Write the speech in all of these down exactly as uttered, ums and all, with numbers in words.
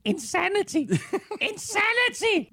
Insanity! Insanity!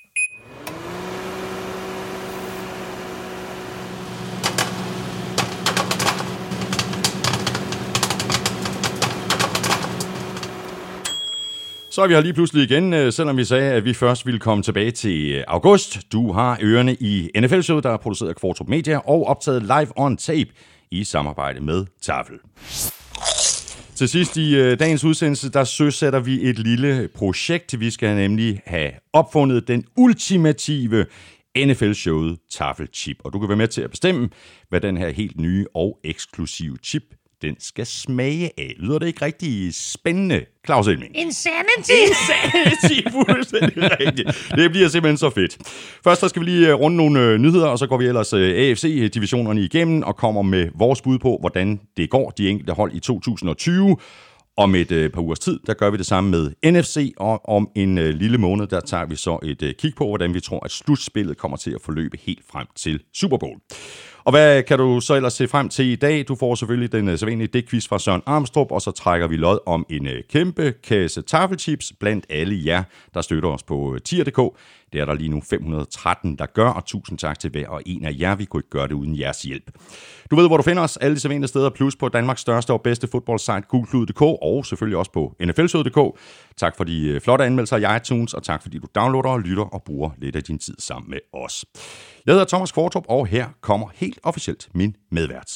Så er vi her lige pludselig igen, selvom vi sagde, at vi først ville komme tilbage til august. Du har ørerne i N F L-showet, der er produceret af Kvartrup Media og optaget live on tape i samarbejde med Tafel. Til sidst i øh, dagens udsendelse, der søsætter vi et lille projekt. Vi skal nemlig have opfundet den ultimative N F L-showet Tafel-chip. Og du kan være med til at bestemme, hvad den her helt nye og eksklusive chip den skal smage af. Lyder det ikke rigtig spændende, Claus Elming? Insanity! Insanity, fuldstændig rigtigt. Det bliver simpelthen så fedt. Først så skal vi lige runde nogle nyheder, og så går vi ellers A F C-divisionerne igennem og kommer med vores bud på, hvordan det går de enkelte hold i to tusind og tyve. Om et par ugers tid, der gør vi det samme med N F C, og om en lille måned, der tager vi så et kig på, hvordan vi tror, at slutspillet kommer til at forløbe helt frem til Super Bowl. Og hvad kan du så ellers se frem til i dag? Du får selvfølgelig den sædvanlige dækquiz fra Søren Armstrong, og så trækker vi lod om en kæmpe kasse tafelchips blandt alle jer, der støtter os på tier punktum d k. Det er der lige nu fem hundrede og tretten, der gør, og tusind tak til hver og en af jer. Vi kunne ikke gøre det uden jeres hjælp. Du ved, hvor du finder os. Alle de sædvanlige steder, plus på Danmarks største og bedste fodboldsite, Gulklud punktum d k, og selvfølgelig også på N F L showet punktum d k. Tak for de flotte anmeldelser i iTunes, og tak fordi du downloader og lytter og bruger lidt af din tid sammen med os. Jeg hedder Thomas Kvartrup, og her kommer helt officielt min medvært.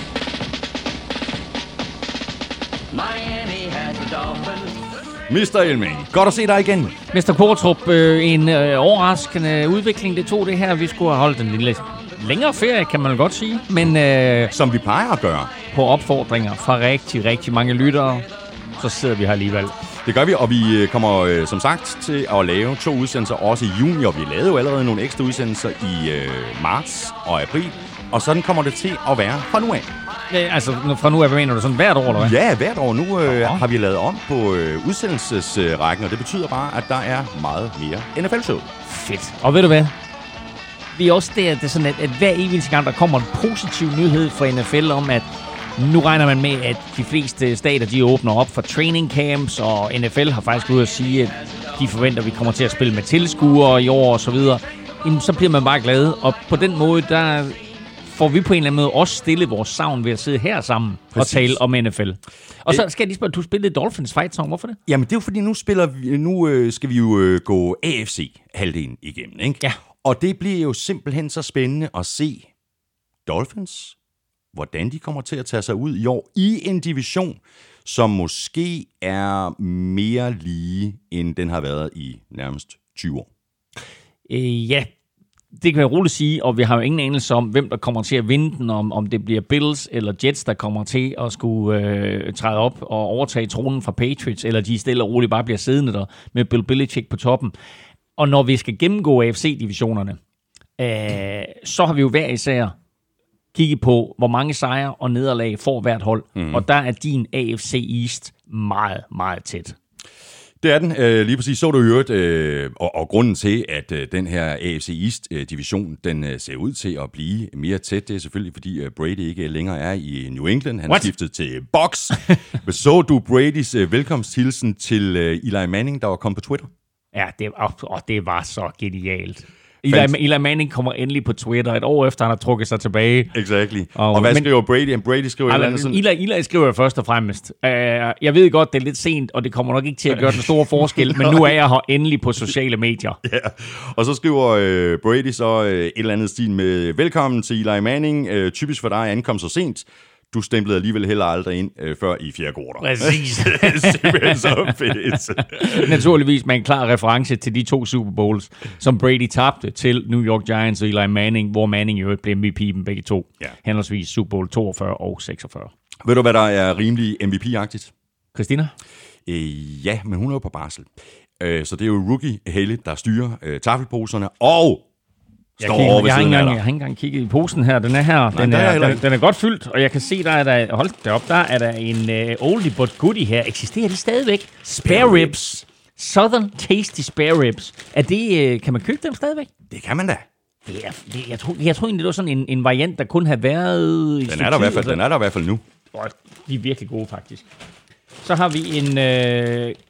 Miami has a dolphin. mister Elming, godt at se dig igen. mister Kvartrup, øh, en øh, overraskende udvikling, det tog det her. Vi skulle have holdt en lille længere ferie, kan man godt sige. Men øh, som vi plejer at gøre. På opfordringer fra rigtig, rigtig mange lyttere, så sidder vi her alligevel. Det gør vi, og vi kommer som sagt til at lave to udsendelser også i juni, og vi lavede jo allerede nogle ekstra udsendelser i øh, marts og april, og sådan kommer det til at være fra nu af. Ja, altså fra nu af, mener du sådan hvert år, eller hvad? Ja, hvert år. Nu øh, har vi lavet om på øh, udsendelsesrækken, og det betyder bare, at der er meget mere N F L-show. Fedt. Og ved du hvad? Vi er også der, det er sådan, at, at hver eneste gang, der kommer en positiv nyhed fra N F L om, at nu regner man med, at de fleste stater, de åbner op for training camps, og N F L har faktisk ud at sige, at de forventer, at vi kommer til at spille med tilskuere i år og så videre. Jamen, så bliver man bare glad, og på den måde, der får vi på en eller anden måde også stillet vores savn ved at sidde her sammen. Præcis. Og tale om N F L. Og så skal jeg lige spørge, du spillede Dolphins Fight Song, hvorfor det? Jamen, det er jo fordi, nu, spiller vi, nu øh, skal vi jo øh, gå A F C-halvdelen igennem, ikke? Ja. Og det bliver jo simpelthen så spændende at se Dolphins, hvordan de kommer til at tage sig ud i år i en division, som måske er mere lige, end den har været i nærmest tyve år. Øh, ja, det kan jeg roligt sige, og vi har jo ingen anelse om, hvem der kommer til at vinde den, om, om det bliver Bills eller Jets, der kommer til at skulle øh, træde op og overtage tronen fra Patriots, eller de stille og roligt bare bliver siddende der med Bill Belichick på toppen. Og når vi skal gennemgå A F C-divisionerne, øh, så har vi jo hver især kigget på, hvor mange sejre og nederlag får hvert hold, mm. og der er din A F C East meget, meget tæt. Det er den. Øh, lige præcis så du øvrigt, øh, og, og grunden til, at øh, den her A F C East-division, den øh, ser ud til at blive mere tæt, det er selvfølgelig, fordi øh, Brady ikke længere er i New England. Han er skiftet til Bucs. Så du Bradys øh, velkomsthilsen til øh, Eli Manning, der var kommet på Twitter? Ja, det, og det var så genialt. Eli, Eli Manning kommer endelig på Twitter et år efter, han har trukket sig tilbage. Exactly. Og, og hvad men, skriver Brady? Brady skriver altså, et andet sådan... Eli, Eli skriver først og fremmest. Uh, jeg ved godt, det er lidt sent, og det kommer nok ikke til at gøre den store forskel, men nu er jeg her endelig på sociale medier. Ja, og så skriver uh, Brady så uh, et eller andet stil med: velkommen til Eli Manning. Uh, typisk for dig ankom så sent. Du stemplede alligevel heller aldrig ind øh, før i fjerde quarter. Præcis. Simpelthen så fedt. Naturligvis med en klar reference til de to Super Bowls, som Brady tabte til New York Giants og Eli Manning, hvor Manning jo blev M V P dem begge to. Ja. Henholdsvis Super Bowl toogfyrre og seksogfyrre. Ved du, hvad der er rimelig M V P-agtigt? Christina? Øh, ja, men hun er jo på barsel. Øh, så det er jo rookie Haley, der styrer øh, taffelposerne, og Jeg, kigger, jeg, har engang, jeg har ikke engang kigget i posen her. Den er her. Den, Nej, er, er den, den er godt fyldt, og jeg kan se, der er der, hold da op, der er der en uh, oldie but goodie her. Eksisterer de stadigvæk? Spare ribs. Southern Tasty Spare Ribs. Er det, uh, kan man købe dem stadigvæk? Det kan man da. Det er, det, jeg, tror, jeg tror egentlig, det var sådan en, en variant, der kun har været... Den er der i hvert fald, den er der i hvert fald nu. Oh, de er virkelig gode, faktisk. Så har vi en uh,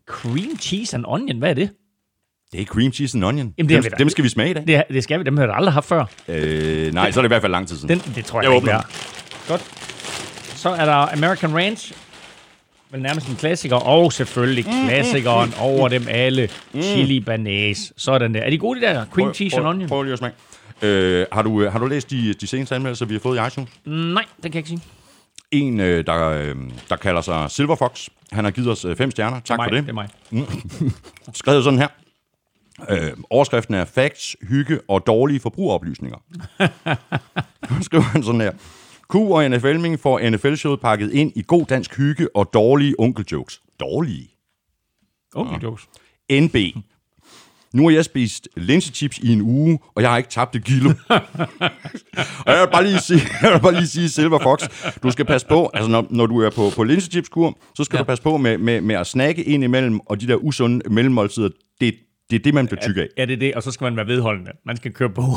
Cream cheese and onion, hvad er det? Det er cream cheese and onion. Jamen, det dem, dem skal vi smage i dag. Det, det skal vi. Dem har jeg aldrig haft før. Øh, nej, så er det i hvert fald lang tid siden. Den, det tror jeg, jeg ikke, er. Godt. Så er der American Ranch. Vel nærmest en klassiker. Og selvfølgelig klassikeren mm, mm, over dem alle. Mm. Chili banase. Sådan der. Er de gode, de der cream prøv, cheese prøv, and onion? Prøv lige at smage. Øh, har, du, har du læst de, de seneste anmeldelser, vi har fået i iTunes? Nej, det kan jeg ikke sige. En, der, der kalder sig Silver Fox. Han har givet os fem stjerner. Tak det for det. Det er mig. Mm. Skrevet sådan her. Øh, overskriften er facts, hygge og dårlige forbrugeroplysninger. Skriver han sådan her. Q og N F L-ming får N F L-showet pakket ind i god dansk hygge og dårlige onkeljokes. Dårlige? Onkeljokes? N B. Nu har jeg spist linsechips i en uge, og jeg har ikke tabt et kilo. Og jeg vil bare lige sige, jeg vil bare lige sige Silver Fox, du skal passe på, altså når, når du er på, på linsechipskur, så skal ja. du passe på med, med, med at snakke ind imellem, og de der usunde mellemmåltider, det, det er det, man bliver tyk af. Ja, det er det, og så skal man være vedholdende. Man skal køre på.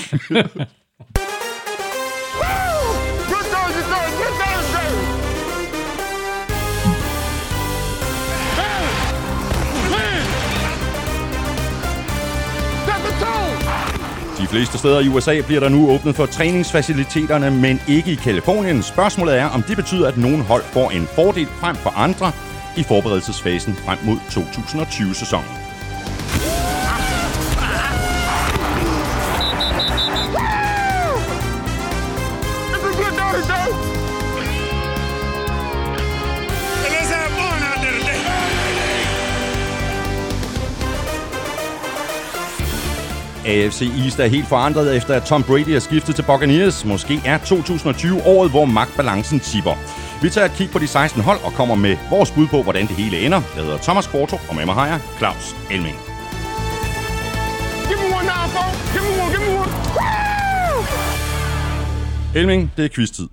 De fleste steder i U S A bliver der nu åbnet for træningsfaciliteterne, men ikke i Kalifornien. Spørgsmålet er, om det betyder, at nogle hold får en fordel frem for andre i forberedelsesfasen frem mod to tusind og tyve-sæsonen. A F C East er helt forandret efter, at Tom Brady er skiftet til Buccaneers. Måske er to tusind og tyve året, hvor magtbalancen tipper. Vi tager et kig på de seksten hold og kommer med vores bud på, hvordan det hele ender. Jeg hedder Thomas Kvartrup, og med mig har jeg Claus Elming. Elming, det er quiz-tid.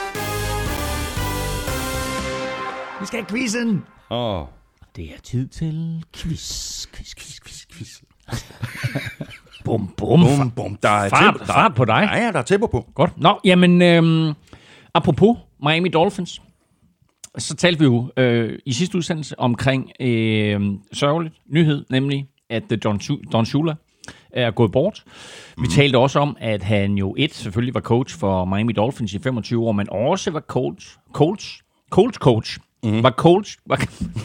Vi skal have quizzen. Åh. Oh. Det er tid til quiz. Quiz, quiz, quiz, quiz. Bum, bum. Bum, bum. Der er fart, tempo, der, fart på dig. Ja, ja, der er tempo på. Godt. Nå, jamen, øhm, apropos Miami Dolphins, så talte vi jo øh, i sidste udsendelse omkring øh, sørgeligt nyhed, nemlig at Don, Don Shula er gået bort. Vi mm. talte også om, at han jo et selvfølgelig var coach for Miami Dolphins i femogtyve år, men også var coach, coach, coach, coach, mm. var coach, var,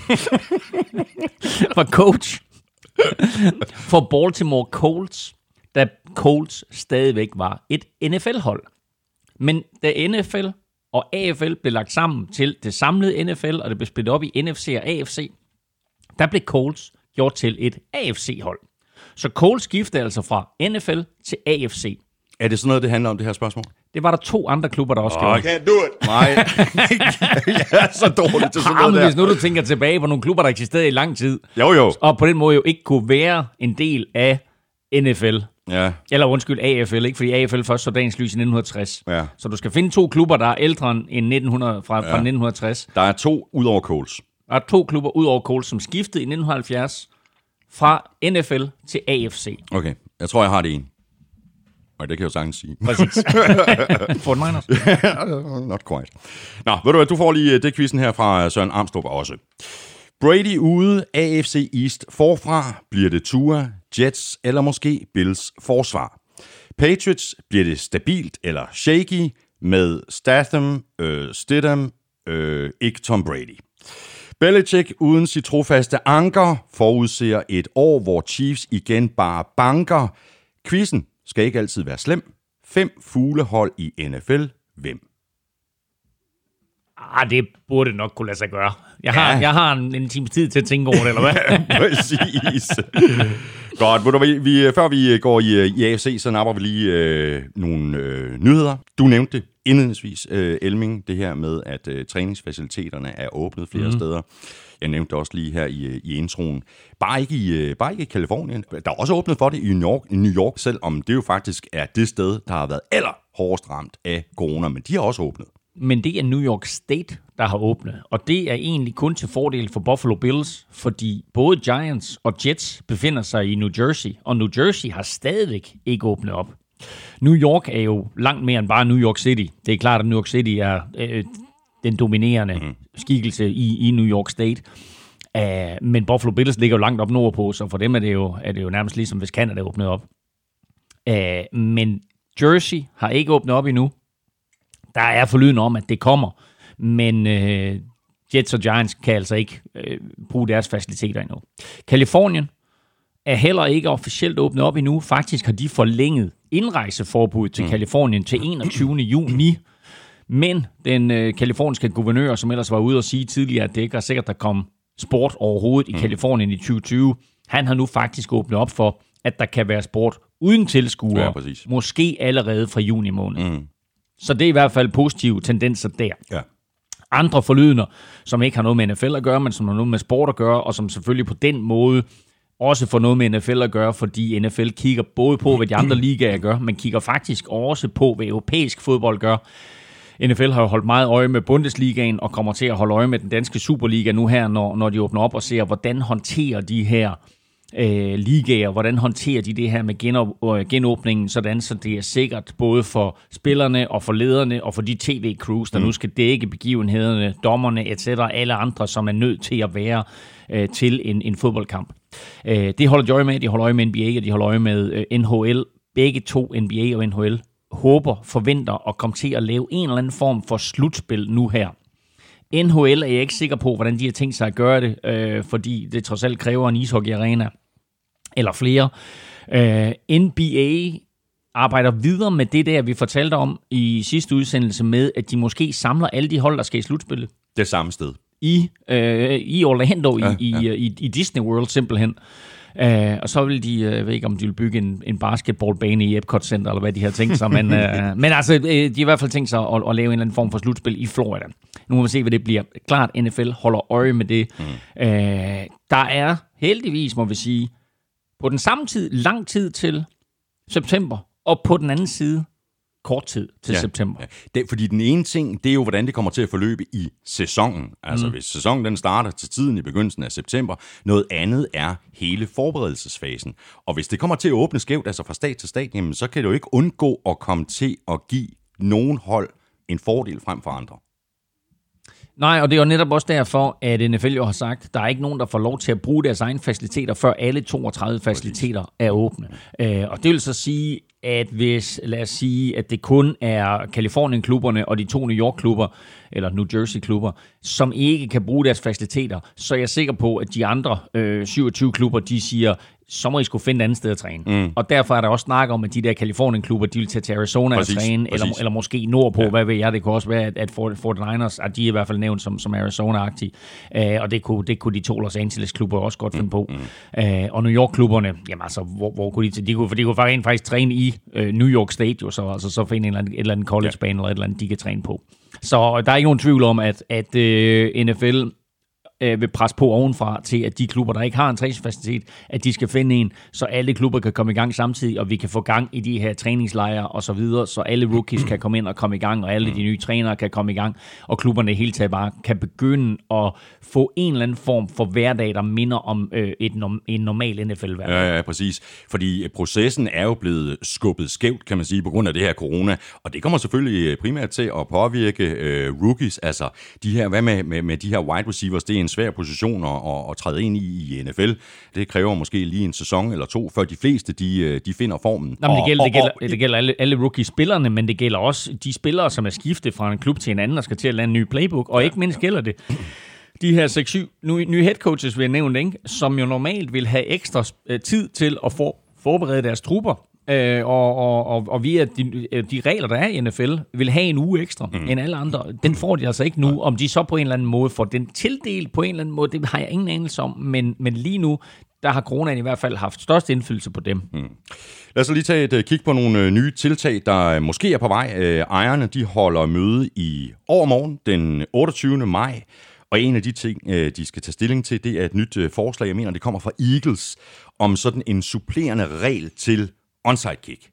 var coach for Baltimore Colts, da Colts stadigvæk var et N F L-hold. Men da N F L og A F L blev lagt sammen til det samlede N F L, og det blev splittet op i N F C og A F C, der blev Colts gjort til et A F C-hold. Så Colts skiftede altså fra N F L til A F C. Er det sådan noget, det handler om, det her spørgsmål? Det var der to andre klubber, der også oh, gjorde. I can't do it. Nej, jeg er så dårlig til sådan noget der. Hvis nu du tænker tilbage på nogle klubber, der eksisterede i lang tid, jo, jo. og på den måde jo ikke kunne være en del af N F L. Ja. Eller undskyld, A F L, ikke? Fordi A F L først så dagens lys i nitten tres. Ja. Så du skal finde to klubber, der er ældre end nitten hundrede, fra, ja. fra nitten tres. Der er to ud over Colts. Der er to klubber ud over Colts, som skiftede i nitten halvfjerds fra N F L til A F C. Okay, jeg tror, jeg har det en. Og det kan jeg jo sagtens sige. Præcis. For minus. Not quite. Nå, ved du hvad, du får lige det quizzen her fra Søren Armstrong også. Brady ude, A F C East forfra. Bliver det Tua, Jets eller måske Bills forsvar? Patriots, bliver det stabilt eller shaky med Statham, øh, Stidham, øh, ikke Tom Brady? Belichick uden sit trofaste anker forudser et år, hvor Chiefs igen bare banker. Quizzen skal ikke altid være slem. Fem fuglehold i N F L. Hvem? Ah, det burde nok kunne lade sig gøre. Jeg har, ja. jeg har en, en times tid til at tænke over det, eller hvad? Præcis. Godt, ved du, vi, vi, før vi går i, i A F C, så napper vi lige øh, nogle øh, nyheder. Du nævnte det indledningsvis, øh, Elming, det her med, at øh, træningsfaciliteterne er åbnet flere mm. steder. Jeg nævnte også lige her i, i introen. Bare ikke i, bare ikke i Kalifornien. Der er også åbnet for det i New York, i New York, selvom det jo faktisk er det sted, der har været allerhårdest ramt af corona, men de har også åbnet. Men det er New York State, der har åbnet, og det er egentlig kun til fordel for Buffalo Bills, fordi både Giants og Jets befinder sig i New Jersey, og New Jersey har stadigvæk ikke åbnet op. New York er jo langt mere end bare New York City. Det er klart, at New York City er øh, den dominerende mm. skikkelse i, i New York State. Uh, men Buffalo Bills ligger jo langt op nordpå, så for dem er det jo, er det jo nærmest ligesom, hvis Canada åbner op. Uh, men Jersey har ikke åbnet op endnu. Der er forlyden om, at det kommer, men uh, Jets og Giants kan altså ikke uh, bruge deres faciliteter endnu. Kalifornien er heller ikke officielt åbnet op endnu. Faktisk har de forlænget indrejseforbud til Kalifornien til enogtyvende juni. Men den øh, kaliforniske guvernør, som ellers var ude og sige tidligere, at det ikke er sikkert, der kom sport overhovedet i Kalifornien i tyve tyve, han har nu faktisk åbnet op for, at der kan være sport uden tilskuere, ja, måske allerede fra juni måned. Mm. Så det er i hvert fald positive tendenser der. Ja. Andre forlydender, som ikke har noget med N F L at gøre, men som har noget med sport at gøre, og som selvfølgelig på den måde også får noget med N F L at gøre, fordi N F L kigger både på, hvad de andre ligaer gør, men kigger faktisk også på, hvad europæisk fodbold gør. N F L har jo holdt meget øje med Bundesligaen og kommer til at holde øje med den danske Superliga nu her, når, når de åbner op og ser, hvordan håndterer de her øh, ligaer, hvordan håndterer de det her med genåb- øh, genåbningen, sådan så det er sikkert både for spillerne og for lederne og for de tv-crews, der mm. nu skal dække begivenhederne, dommerne et cetera, alle andre, som er nødt til at være øh, til en, en fodboldkamp. Øh, det holder de øje med, de holder øje med N B A, og de holder øje med øh, N H L, begge to, N B A og N H L, håber, forventer at komme til at lave en eller anden form for slutspil nu her. N H L er jeg ikke sikker på, hvordan de har tænkt sig at gøre det, øh, fordi det trods alt kræver en ishockey-arena eller flere. Øh, N B A arbejder videre med det der, vi fortalte om i sidste udsendelse med, at de måske samler alle de hold, der skal i slutspillet. Det samme sted. I, øh, i Orlando, ja, i, ja. I, i Disney World simpelthen. Uh, og så vil de, jeg ved ikke om de vil bygge en, en basketballbane i Epcot Center, eller hvad de har tænkt sig, men, uh, men altså, de har i hvert fald tænkt sig at, at lave en eller anden form for slutspil i Florida. Nu må vi se, hvad det bliver. Klart, N F L holder øje med det. Mm. Uh, der er heldigvis, må vi sige, på den samme tid, lang tid til september, og på den anden side, kort tid til ja, september. Ja. Det, fordi den ene ting, det er jo, hvordan det kommer til at forløbe i sæsonen. Altså, mm. hvis sæsonen den starter til tiden i begyndelsen af september. Noget andet er hele forberedelsesfasen. Og hvis det kommer til at åbne skævt, altså fra stat til stat, jamen, så kan det jo ikke undgå at komme til at give nogen hold en fordel frem for andre. Nej, og det er jo netop også derfor, at N F L jo har sagt, at der er ikke nogen, der får lov til at bruge deres egne faciliteter, før alle toogtredive faciliteter er åbne. Øh, og det vil så sige, at hvis, lad os sige, at det kun er Kalifornien-klubberne og de to New York-klubber, eller New Jersey-klubber, som ikke kan bruge deres faciliteter, så er jeg sikker på, at de andre øh, syvogtyve klubber, de siger, så må I skulle finde et andet sted at træne. Mm. Og derfor er der også snak om, at de der Kalifornien-klubber, de vil tage til Arizona præcis, og træne, eller, eller måske nordpå, ja. Hvad ved jeg, det kunne også være, at, at forty-niners, at de er i hvert fald nævnt som, som Arizona-agtige, uh, og det kunne, det kunne de to Los Angeles-klubber også godt finde på. Mm. Uh, og New York-klubberne, jamen altså, hvor, hvor kunne de, de kunne, for de kunne faktisk, faktisk træne i uh, New York State, jo, så, altså, så finde en eller anden, et eller andet college-bane, ja. Eller et eller andet, de kan træne på. Så der er ikke nogen tvivl om, at, at uh, N F L vil presse på ovenfra til, at de klubber, der ikke har en træningsfacilitet, at de skal finde en, så alle klubber kan komme i gang samtidig, og vi kan få gang i de her træningslejre og så videre, så alle rookies kan komme ind og komme i gang, og alle de nye trænere kan komme i gang, og klubberne i hele taget bare kan begynde at få en eller anden form for hverdag, der minder om øh, et, en normal N F L-hverdag. Ja, ja, præcis. Fordi processen er jo blevet skubbet skævt, kan man sige, på grund af det her corona, og det kommer selvfølgelig primært til at påvirke øh, rookies, altså de her, hvad med, med, med de her wide receivers, det er en svær position at, at, at træde ind i i N F L. Det kræver måske lige en sæson eller to, før de fleste de, de finder formen. Nå, men det gælder, og, det gælder, og, det gælder alle, alle rookie-spillerne, men det gælder også de spillere, som er skiftet fra en klub til en anden og skal til at lande en ny playbook, og ja, ikke mindst gælder det de her seks syv nye head coaches, vi har nævnt, ikke? Som jo normalt vil have ekstra tid til at for, forberede deres trupper. Øh, og, og, og, og via de, de regler, der er i N F L, vil have en uge ekstra mm. end alle andre. Den får de altså ikke nu. Om de så på en eller anden måde får den tildelt på en eller anden måde, det har jeg ingen anelse om. Men, men lige nu, der har coronaen i hvert fald haft størst indflydelse på dem. Mm. Lad os lige tage et kig på nogle nye tiltag, der måske er på vej. Ejerne, de holder møde i overmorgen, den otteogtyvende maj. Og en af de ting, de skal tage stilling til, det er et nyt forslag. Jeg mener, det kommer fra Eagles, om sådan en supplerende regel til onside kick.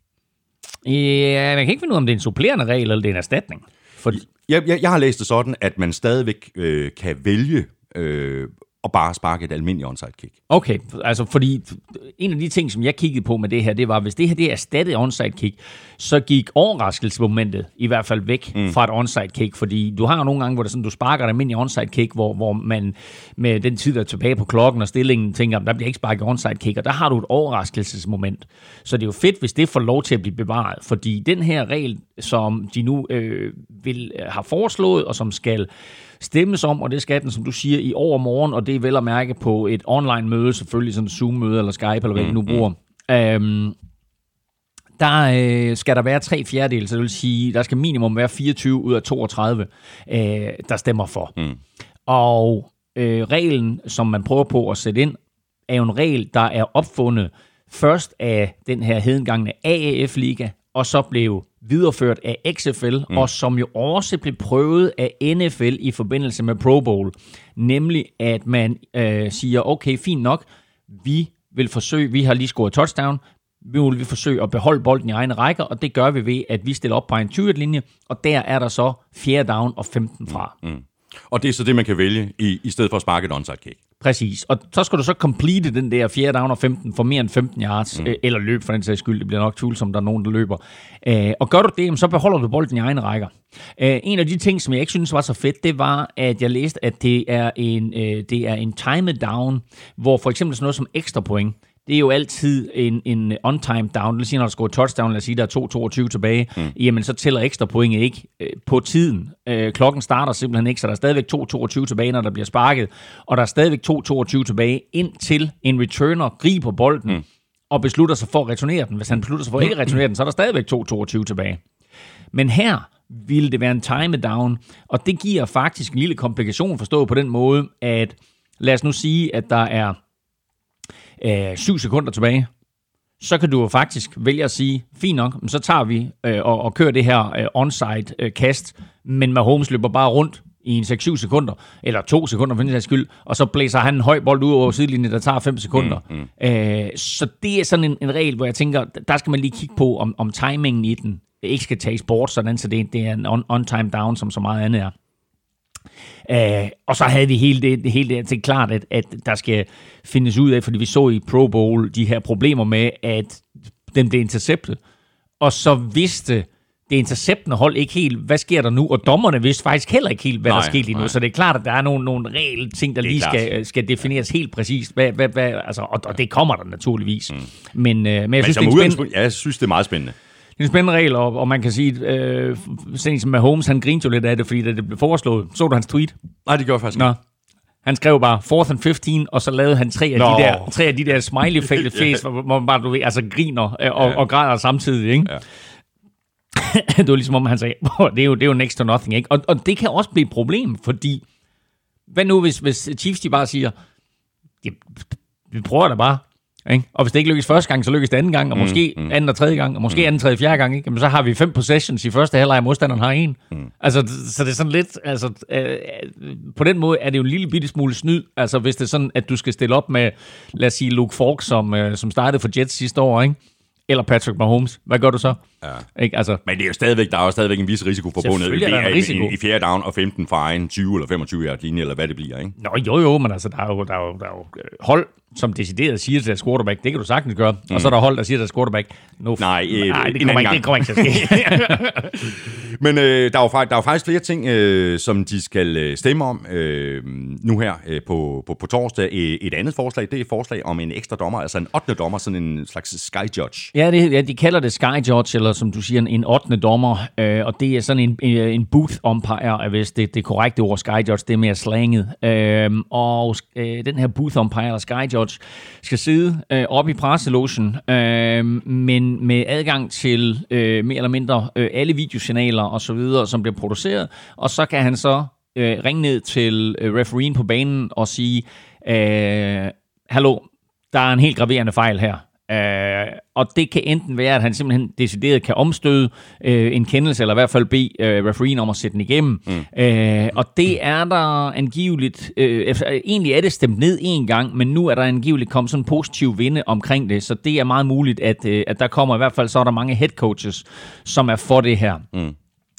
Ja, man kan ikke finde ud af, om det er en supplerende regel, eller det er en erstatning. For... Jeg, jeg, jeg har læst det sådan, at man stadigvæk øh, kan vælge, øh, og bare sparke et almindeligt onside kick. Okay, altså fordi en af de ting, som jeg kiggede på med det her, det var, hvis det her det er erstattet onside kick, så gik overraskelsesmomentet i hvert fald væk mm. fra et onside kick, fordi du har jo nogle gange, hvor det sådan, du sparker et almindeligt onside kick, hvor, hvor man med den tid, der er tilbage på klokken og stillingen, tænker, der bliver ikke sparket onside kick, og der har du et overraskelsesmoment. Så det er jo fedt, hvis det får lov til at blive bevaret, fordi den her regel, som de nu øh, vil have foreslået, og som skal stemmes om, og det skal den, som du siger, i overmorgen, og det er vel at mærke på et online-møde, selvfølgelig sådan et Zoom-møde eller Skype, eller hvad mm, du nu bruger. Mm. Øhm, der øh, skal der være tre fjerdedele, så det vil sige, der skal minimum være fireogtyve ud af toogtredive, øh, der stemmer for. Mm. Og øh, reglen, som man prøver på at sætte ind, er jo en regel, der er opfundet først af den her hedengangne A A F-liga, og så blev videreført af X F L, mm. og som jo også blev prøvet af N F L i forbindelse med Pro Bowl. Nemlig, at man øh, siger, okay, fint nok, vi vil forsøge, vi har lige scoret touchdown, vi vil vi forsøge at beholde bolden i egne rækker, og det gør vi ved, at vi stiller op på en tyve-linje, og der er der så fjerde down og femten fra. Mm. Mm. Og det er så det, man kan vælge, i, i stedet for at sparke et onside kick. Præcis, og så skal du så complete den der fjerde down og femten for mere end femten yards, mm. øh, eller løb for den sags skyld, det bliver nok tvivlsomt, der er nogen, der løber. Øh, og gør du det, så beholder du bolden i egne rækker. Øh, en af de ting, som jeg ikke synes var så fedt, det var, at jeg læste, at det er en, øh, det er en timed down, hvor for eksempel sådan noget som ekstra point, det er jo altid en, en on-time down. Det vil sige, når der scorer touchdown, lad os sige, der er to toogtyve tilbage, mm. jamen så tæller ekstra point ikke øh, på tiden. Øh, klokken starter simpelthen ikke, så der er stadigvæk to toogtyve tilbage, når der bliver sparket, og der er stadigvæk to toogtyve tilbage, indtil en returner griber bolden mm. og beslutter sig for at returnere den. Hvis han beslutter sig for at ikke returnere den, så er der stadigvæk to toogtyve tilbage. Men her ville det være en time down, og det giver faktisk en lille komplikation forstået på den måde, at lad os nu sige, at der er Øh, syv sekunder tilbage, så kan du jo faktisk vælge at sige, fint nok, så tager vi øh, og, og kører det her øh, onside øh, kast, men Mahomes løber bare rundt i en seks syv sekunder, eller to sekunder for den sags skyld, og så blæser han en høj bold ud over sidelinjen, der tager fem sekunder. Mm, mm. Øh, så det er sådan en, en regel, hvor jeg tænker, der skal man lige kigge på, om, om timingen i den ikke skal tages bort, sådan, så det, det er en on, on-time down, som så meget andet er. Uh, og så havde vi hele det, det, hele det til klart, at, at der skal findes ud af, fordi vi så i Pro Bowl de her problemer med, at den blev interceptet, og så vidste det interceptende hold ikke helt, hvad sker der nu, og dommerne vidste faktisk heller ikke helt, hvad nej, der skete lige nu, nej. Så det er klart, at der er nogle, nogle reelle ting, der lige skal, skal defineres helt præcist, hvad, hvad, hvad, altså, og, og det kommer der naturligvis. Mm. Men, uh, men jeg men synes, det er spændende. Jeg synes, det er meget spændende. Det er en spændende regel, og, og man kan sige, øh, sådan som Mahomes, han grinte jo lidt af det, fordi da det blev foreslået, så du hans tweet? Nej, det gjorde jeg faktisk ikke. Han skrev bare fourth and fifteen, og så lavede han tre af, de der, tre af de der smiley face, hvor man bare, du ved, altså griner og, ja. og græder samtidig, ikke? Ja. Det var ligesom om, han sagde, det er jo, det er jo next to nothing, ikke? Og, og det kan også blive et problem, fordi, hvad nu, hvis, hvis Chiefs de bare siger, vi prøver det bare, ikke? Og hvis det ikke lykkes første gang, så lykkes det anden gang, og måske mm, mm. anden og tredje gang, og måske mm. anden, tredje, fjerde gang, ikke? Jamen, så har vi fem possessions i første halvleg, og modstanderen har en. Mm. Altså, så det er sådan lidt, altså, øh, på den måde er det jo en lille bitte smule snyd, altså hvis det er sådan, at du skal stille op med, lad os sige, Luke Falk, som, øh, som startede for Jets sidste år, ikke? Eller Patrick Mahomes. Hvad gør du så? Ja. Ikke? Altså, men det er jo stadigvæk, der er jo stadigvæk en vis risiko forbundet i, i fjerde down og femten fra egen tyve eller femogtyve yard linje, eller hvad det bliver, ikke? Nå, jo jo, men altså, der er jo, der er jo, der er jo hold, som decideret siger til deres quarterback, det kan du sagtens gøre. Mm. Og så er der hold, der siger til deres quarterback, no, nej, øh, nej, det kommer ikke, det kommer ikke til at ske. Men øh, der, er jo, der er jo faktisk flere ting, øh, som de skal øh, stemme om øh, nu her øh, på, på, på torsdag. Et andet forslag, det er et forslag om en ekstra dommer, altså en ottende dommer, sådan en slags sky judge. Ja, det, ja de kalder det sky judge, eller som du siger, en ottende dommer, øh, og det er sådan en, en booth umpire, hvis det, det korrekte ord sky judge, det er mere slanget. Øh, og øh, den her booth umpire, eller sky judge, skal sidde øh, oppe i presselogen, øh, men med adgang til øh, mere eller mindre øh, alle videosignaler og så videre, som bliver produceret, og så kan han så øh, ringe ned til øh, refereen på banen og sige, øh, hallo, der er en helt graverende fejl her. Uh, og det kan enten være, at han simpelthen decideret kan omstøde uh, en kendelse, eller i hvert fald bede uh, refereen om at sætte den igennem. Mm. Uh, og det er der angiveligt, uh, egentlig er det stemt ned en gang, men nu er der angiveligt kommet sådan en positiv vinde omkring det, så det er meget muligt, at, uh, at der kommer i hvert fald, så er der mange head coaches, som er for det her. Mm.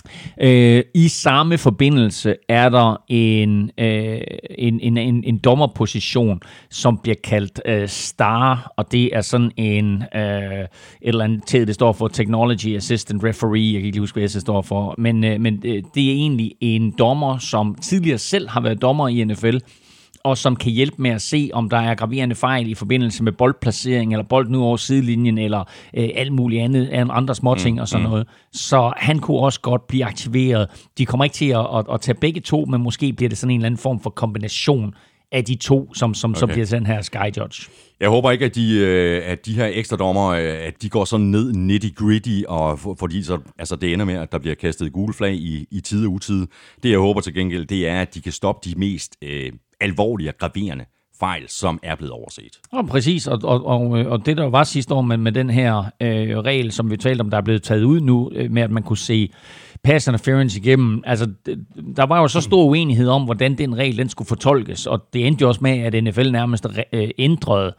Øh, I samme forbindelse er der en, øh, en, en, en, en dommerposition, som bliver kaldt øh, STAR, og det er sådan en, øh, et eller andet til, det står for Technology Assistant Referee, jeg kan ikke huske, hvad det står for, men, øh, men øh, det er egentlig en dommer, som tidligere selv har været dommer i N F L, og som kan hjælpe med at se, om der er graverende fejl i forbindelse med boldplacering, eller bold nu over sidelinjen, eller øh, alt muligt andet, andre småting mm, og sådan mm. noget. Så han kunne også godt blive aktiveret. De kommer ikke til at, at, at tage begge to, men måske bliver det sådan en eller anden form for kombination af de to, som, som okay. så bliver den her Sky Judge. Jeg håber ikke, at de, at de her ekstra dommer, at de går sådan ned nitty-gritty, og for, fordi så, altså det ender med, at der bliver kastet gule flag i, i tide og utide. Det, jeg håber til gengæld, det er, at de kan stoppe de mest øh, alvorlige og graverende fejl, som er blevet overset. Ja, præcis, og, og, og, og det der var sidste år med, med den her øh, regel, som vi talte om, der er blevet taget ud nu, øh, med at man kunne se pass interference igennem, altså der var jo så stor uenighed om, hvordan den regel den skulle fortolkes, og det endte jo også med, at N F L nærmest øh, ændrede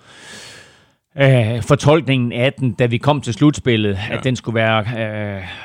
øh, fortolkningen af den, da vi kom til slutspillet, ja. At den skulle være... Øh,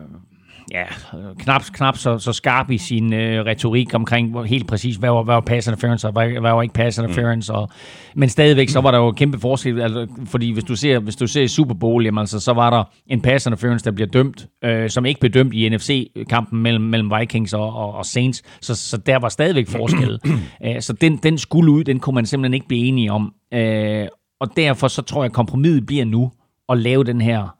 ja, knap, knap så, så skarp i sin øh, retorik omkring helt præcis, hvad var, hvad var pass interference, og hvad, hvad var ikke pass interference. Og, men stadigvæk, så var der jo kæmpe forskel, altså, fordi hvis du ser, hvis du ser Super Bowl, jamen, altså, så var der en pass interference, der bliver dømt, øh, som ikke blev dømt i N F C-kampen mellem, mellem Vikings og, og, og Saints, så, så der var stadigvæk forskel. Æh, så den, den skulle ud, den kunne man simpelthen ikke blive enige om. Æh, og derfor så tror jeg, at kompromiset bliver nu at lave den her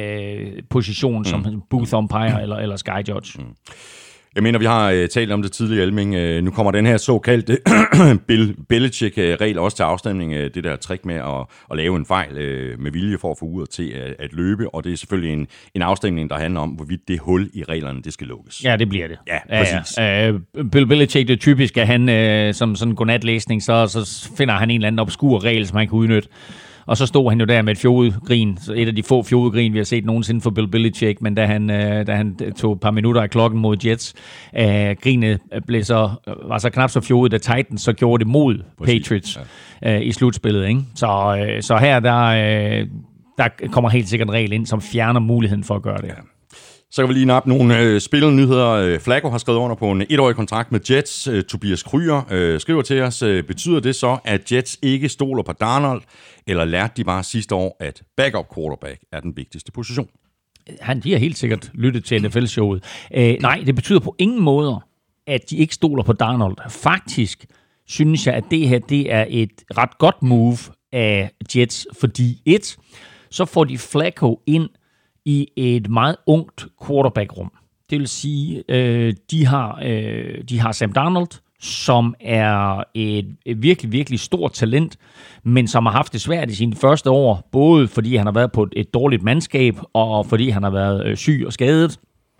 position som mm. booth umpire eller, eller sky judge. Mm. Jeg mener, vi har uh, talt om det tidligere, Elming. Uh, nu kommer den her såkaldte Bill Belichick-regel også til afstemning. Uh, det der trick med at, at lave en fejl uh, med vilje for at få uret til at, at løbe. Og det er selvfølgelig en, en afstemning, der handler om, hvorvidt det hul i reglerne, det skal lukkes. Ja, det bliver det. Ja, præcis. Ja, ja. Uh, Bill Belichick, det er typisk, at han uh, som sådan en godnatlæsning, så, så finder han en eller anden obskur regel, som han kan udnytte. Og så stod han jo der med et fjodegrin, et af de få fjodegrin, vi har set nogensinde for Bill Belichick, men da han, øh, da han tog et par minutter af klokken mod Jets, øh, grinet blev så, var så knap så fjodet, da Titans så gjorde det mod Præcis. Patriots ja. øh, i slutspillet. Ikke? Så, øh, så her der, øh, der kommer helt sikkert en regel ind, som fjerner muligheden for at gøre det. Ja. Så kan vi lige nappe nogle øh, spillernyheder. Flacco har skrevet under på en etårig kontrakt med Jets. Øh, Tobias Kryer øh, skriver til os, øh, betyder det så, at Jets ikke stoler på Darnold, eller lærte de bare sidste år, at backup quarterback er den vigtigste position? Han, de har helt sikkert lyttet til N F L-showet. Øh, nej, det betyder på ingen måder, at de ikke stoler på Darnold. Faktisk synes jeg, at det her det er et ret godt move af Jets, fordi et, så får de Flacco ind i et meget ungt quarterback-rum. Det vil sige, øh, de, har, øh, de har Sam Darnold, som er et, et virkelig, virkelig stort talent, men som har haft det svært i sine første år, både fordi han har været på et, et dårligt mandskab, og fordi han har været øh, syg og skadet.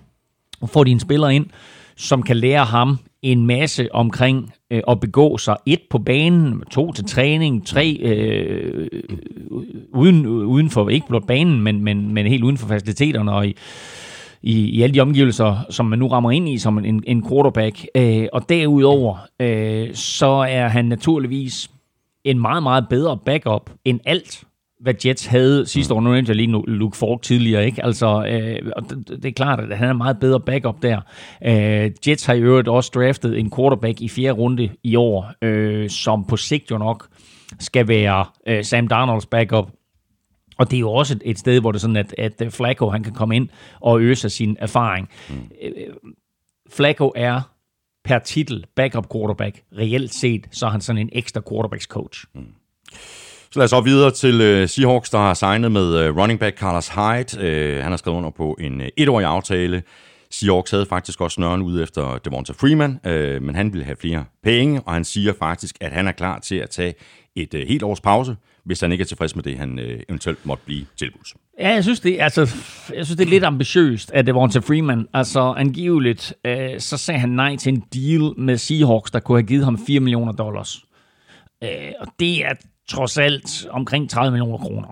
Og får de en spiller ind, som kan lære ham en masse omkring øh, at begå sig et på banen, to til træning, tre øh, uden, uden for, ikke blot banen, men, men, men helt uden for faciliteterne og i, i, i alle de omgivelser, som man nu rammer ind i som en, en quarterback. Øh, og derudover, øh, så er han naturligvis en meget, meget bedre backup end alt, hvad Jets havde sidste år. Nu nævnte jeg lige Luke Falk tidligere, ikke? Altså, øh, og det, det er klart, at han er meget bedre backup der. Øh, Jets har i øvrigt også draftet en quarterback i fjerde runde i år, øh, som på sigt jo nok skal være øh, Sam Darnolds backup. Og det er jo også et, et sted, hvor det er sådan, at, at Flacco han kan komme ind og øge sig sin erfaring. Mm. Øh, Flacco er per titel backup quarterback. Reelt set, så er han sådan en ekstra quarterbacks coach. Mm. Så lad os op videre til uh, Seahawks, der har signet med uh, running back Carlos Hyde. Uh, han har skrevet under på en uh, etårig aftale. Seahawks havde faktisk også snøren ude efter Devonta Freeman, uh, men han ville have flere penge, og han siger faktisk, at han er klar til at tage et uh, helt års pause, hvis han ikke er tilfreds med det, han uh, eventuelt måtte blive tilbudt. Ja, jeg synes, det, altså, jeg synes, det er lidt ambitiøst af Devonta Freeman. Altså angiveligt, uh, så sagde han nej til en deal med Seahawks, der kunne have givet ham fire millioner dollars. Uh, og det er trods alt omkring tredive millioner kroner.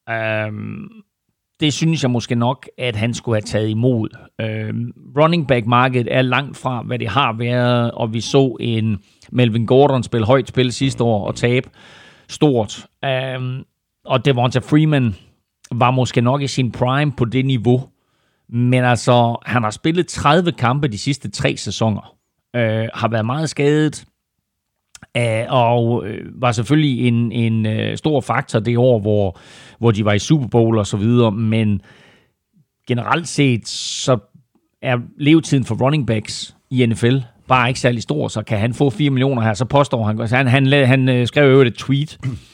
Øhm, det synes jeg måske nok, at han skulle have taget imod. Øhm, running back-markedet er langt fra, hvad det har været, og vi så en Melvin Gordon spille højt spil sidste år og tabe stort. Øhm, og Devonta Freeman var måske nok i sin prime på det niveau, Men altså, han har spillet tredive kampe de sidste tre sæsoner. Øh, har været meget skadet. Øh, og øh, var selvfølgelig en, en øh, stor faktor det år, hvor, hvor de var i Super Bowl og så videre. Men generelt set, så er levetiden for running backs i N F L bare ikke særlig stor, så kan han få fire millioner her, så påstår han, han, han, han, han skrev jo et tweet,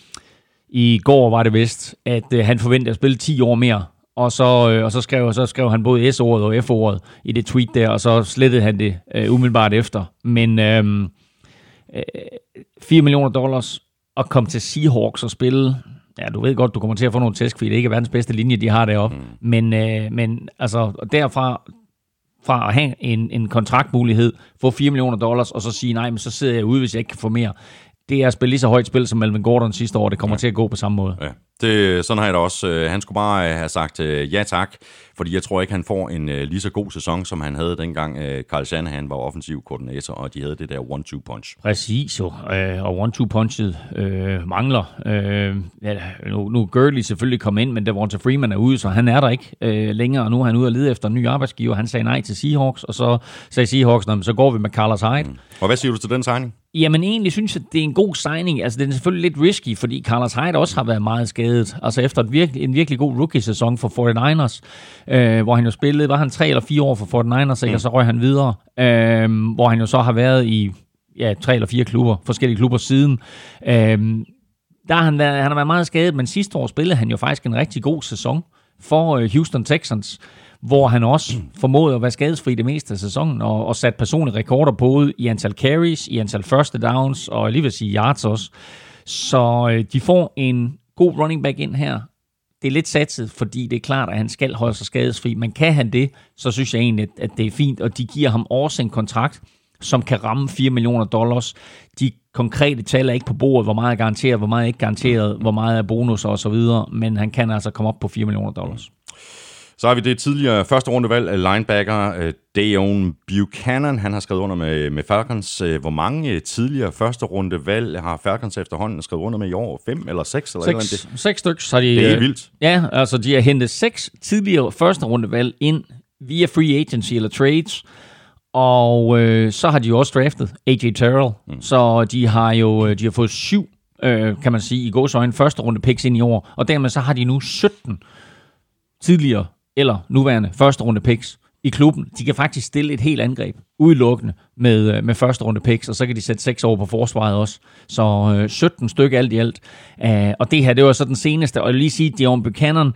i går var det vist, at øh, han forventer at spille ti år mere, og så, øh, og så, skrev, så skrev han både S-ordet og F-ordet i det tweet der, og så slettede han det øh, umiddelbart efter. Men øh, øh, fire millioner dollars at komme til Seahawks og spille, ja, du ved godt, du kommer til at få nogle tæsk, fordi det ikke er verdens bedste linje, de har deroppe, mm. men, øh, men altså, derfra fra at have en, en kontraktmulighed, få fire millioner dollars, og så sige, nej, men så sidder jeg ude, hvis jeg ikke kan få mere. Det er at spille lige så højt spil som Melvin Gordon sidste år. Det kommer ja. til at gå på samme måde. Ja. Det, sådan har jeg da også. Han skulle bare have sagt ja tak, fordi jeg tror ikke, han får en lige så god sæson, som han havde dengang Kyle Shanahan var offensiv koordinator, og de havde det der one-two punch. Præcis jo, og one-two punchet øh, mangler. Øh, ja, nu, nu er Gurley selvfølgelig kommet ind, men Devonta Freeman er ude, så han er der ikke øh, længere, og nu er han ude og lede efter en ny arbejdsgiver. Han sagde nej til Seahawks, og så sagde Seahawks, så går vi med Carlos Hyde. Mm. Og hvad siger du til den signing? Jamen egentlig synes jeg, det er en god signing. Altså den er selvfølgelig lidt risky, fordi Carlos Hyde også har været meget skadet. Altså efter et virkelig, en virkelig god rookie-sæson for forty-niners, øh, hvor han jo spillede, var han tre eller fire år for forty-niners, mm. og så røg han videre, øh, hvor han jo så har været i ja, tre eller fire klubber, forskellige klubber siden. Øh, der har han, været, han har været meget skadet, men sidste år spillede han jo faktisk en rigtig god sæson for øh, Houston Texans, hvor han også formåede at være skadesfri det meste af sæsonen, og, og sat personlige rekorder både i antal carries, i antal første downs, og lige vil sige yards også. Så øh, de får en god running back ind her. Det er lidt satset, fordi det er klart, at han skal holde sig skadesfri, men kan han det, så synes jeg egentlig, at, at det er fint, og de giver ham også en kontrakt, som kan ramme fire millioner dollars. De konkrete tal er ikke på bordet, hvor meget er garanteret, hvor meget er ikke garanteret, hvor meget er bonus og så videre, men han kan altså komme op på fire millioner dollars. Så har vi det tidligere første rundevalg af linebacker, Deone Buchanan. Han har skrevet under med, med Falcons. Hvor mange tidligere første rundevalg har Falcons efterhånden skrevet under med i år? Fem eller seks? Eller seks, eller det? Seks stykker. Så de, det er helt vildt. Ja, altså de har hentet seks tidligere første rundevalg ind via free agency eller trades. Og øh, så har de jo også draftet A J Terrell. Mm. Så de har jo de har fået syv, øh, kan man sige, i gåseøjne første runde picks ind i år. Og dermed så har de nu sytten tidligere eller nuværende første runde picks i klubben. De kan faktisk stille et helt angreb udelukkende med, med første runde picks, og så kan de sætte seks over på forsvaret også. Så øh, sytten stykker alt i alt. Uh, og det her, det var så den seneste. Og jeg vil lige sige, Deone Buchanan,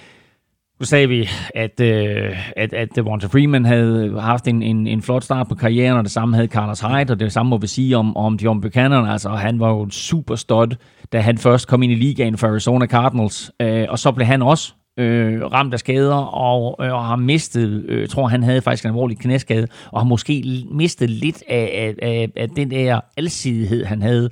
nu sagde vi, at, øh, at, at Devonta Freeman havde haft en, en, en flot start på karrieren, og det samme havde Carlos Hyde, og det samme må vi sige om, om Deone Buchanan. Altså, han var jo en super stud, da han først kom ind i ligaen for Arizona Cardinals, uh, og så blev han også Øh, ramt af skader, og, øh, og har mistet, øh, jeg tror han havde faktisk en alvorlig knæskade, og har måske mistet lidt af, af, af den der alsidighed, han havde.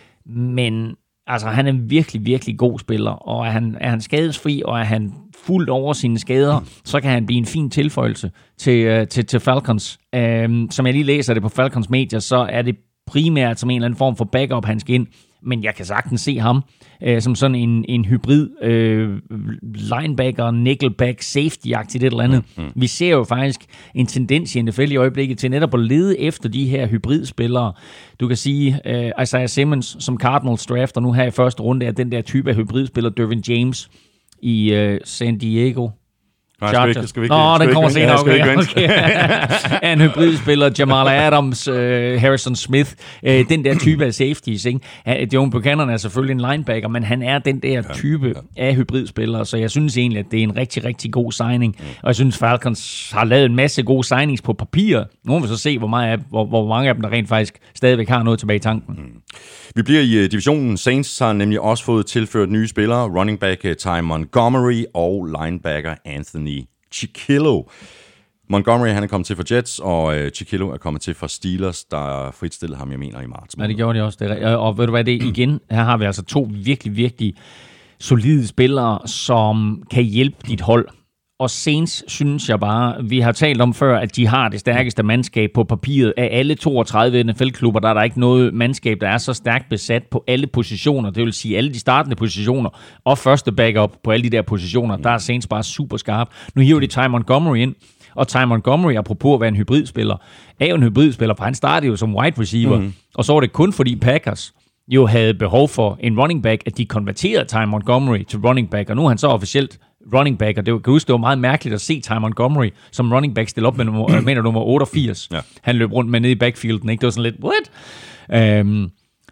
Men altså, han er en virkelig, virkelig god spiller, og er han, er han skadesfri, og er han fuldt over sine skader, så kan han blive en fin tilføjelse til, til, til Falcons. Øh, som jeg lige læser det på Falcons medier, så er det primært som en eller anden form for backup, han skal ind. Men jeg kan sagtens se ham øh, som sådan en, en hybrid øh, linebacker, nickelback, safety-agtigt et eller andet. Mm, mm. Vi ser jo faktisk en tendens i N F L i øjeblikket til netop at lede efter de her hybridspillere. Du kan sige, øh, Isaiah Simmons som Cardinals drafter nu her i første runde er den der type af hybridspiller, Derwin James i øh, San Diego. Nej, skal vi ikke, skal vi ikke, Nå, den kommer senere. Ja, okay, okay. En hybridspiller, Jamal Adams, uh, Harrison Smith, uh, den der type af safeties. Ikke? Deone Buchanan er selvfølgelig en linebacker, men han er den der type ja, ja. af hybridspillere, så jeg synes egentlig, at det er en rigtig, rigtig god signing. Mm. Og jeg synes, Falcons har lavet en masse gode signings på papir. Nu må vi så se, hvor, meget af, hvor, hvor mange af dem, der rent faktisk stadigvæk har noget tilbage i tanken. Mm. Vi bliver i divisionen. Saints har nemlig også fået tilført nye spillere. Running back Ty Montgomery og linebacker Anthony Chickillo. Montgomery han er kommet til for Jets, og uh, Chickillo er kommet til for Steelers, der fritstillede ham, jeg mener, i marts. Ja, det gjorde de også. Det er, og ved du hvad, det er igen, her har vi altså to virkelig, virkelig solide spillere, som kan hjælpe dit hold. Og Saints synes jeg bare, vi har talt om før, at de har det stærkeste mandskab på papiret. Af alle toogtredive N F L-klubber, der er der ikke noget mandskab, der er så stærkt besat på alle positioner. Det vil sige alle de startende positioner og første backup på alle de der positioner. Der er Saints bare super skarp. Nu hiver de Ty Montgomery ind, og Ty Montgomery, apropos at være en hybridspiller, er jo en hybridspiller, for han startede jo som wide receiver. Mm-hmm. Og så var det kun fordi Packers jo havde behov for en running back, at de konverterede Ty Montgomery til running back, og nu er han så officielt running back, og det var, kan huske, det var meget mærkeligt at se Ty Montgomery som running back stille op med nummer, med nummer otteogfirs. Ja. Han løb rundt med nede i backfielden, ikke? Det var sådan lidt, what? Øhm,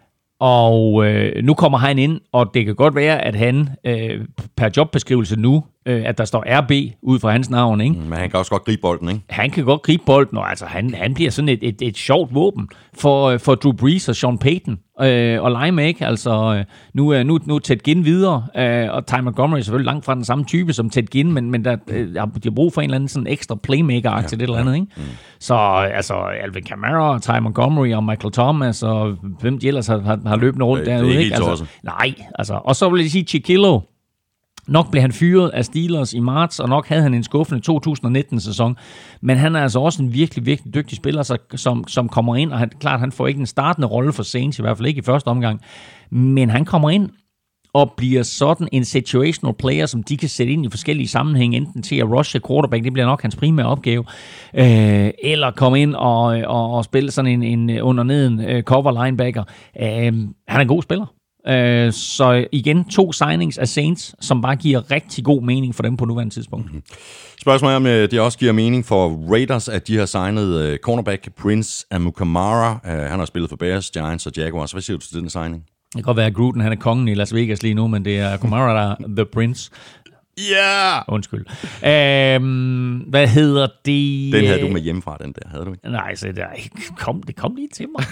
og øh, nu kommer han ind, og det kan godt være, at han øh, per jobbeskrivelse nu, øh, at der står R B ud fra hans navn, ikke? Men han kan også godt gribe bolden, ikke? Han kan godt gribe bolden, og altså, han, han bliver sådan et, et, et sjovt våben for, for Drew Brees og Sean Payton øh, og Lime, ikke? Altså, øh, nu, nu, nu Ted Ginn videre, øh, og Ty Montgomery er selvfølgelig langt fra den samme type som Ted Ginn, men, men der, øh, de har brug for en eller anden sådan ekstra playmaker-aktigt ja, eller andet, ikke? Mm. Så altså, Alvin Kamara, Ty Montgomery og Michael Thomas, og hvem de ellers har, har, har løbende rundt øh, derude, ikke? Altså, nej, altså, og så vil jeg sige Chiquillo. Nok blev han fyret af Steelers i marts, og nok havde han en skuffende to tusind nitten-sæson. Men han er altså også en virkelig, virkelig dygtig spiller, som, som kommer ind, og han, klart, han får ikke en startende rolle for Saints, i hvert fald ikke i første omgang. Men han kommer ind og bliver sådan en situational player, som de kan sætte ind i forskellige sammenhænge, enten til at rushe quarterback, det bliver nok hans primære opgave, øh, eller komme ind og, og, og spille sådan en, en underneden uh, cover linebacker. Øh, han er en god spiller. Uh, så igen, to signings af Saints, som bare giver rigtig god mening for dem på nuværende tidspunkt. Mm-hmm. Spørgsmålet er, om det også giver mening for Raiders, at de har signet uh, cornerback Prince Amukamara. Uh, han har spillet for Bears, Giants og Jaguars. Hvad siger du til den signing? Det kan godt være, at Gruden han er kongen i Las Vegas lige nu, men det er Kamara, der er The Prince. Ja! Yeah! Undskyld. Uh, hvad hedder det? Den havde du med hjemmefra, den der, havde du ikke? Nej, så det, kom, det kom lige til mig.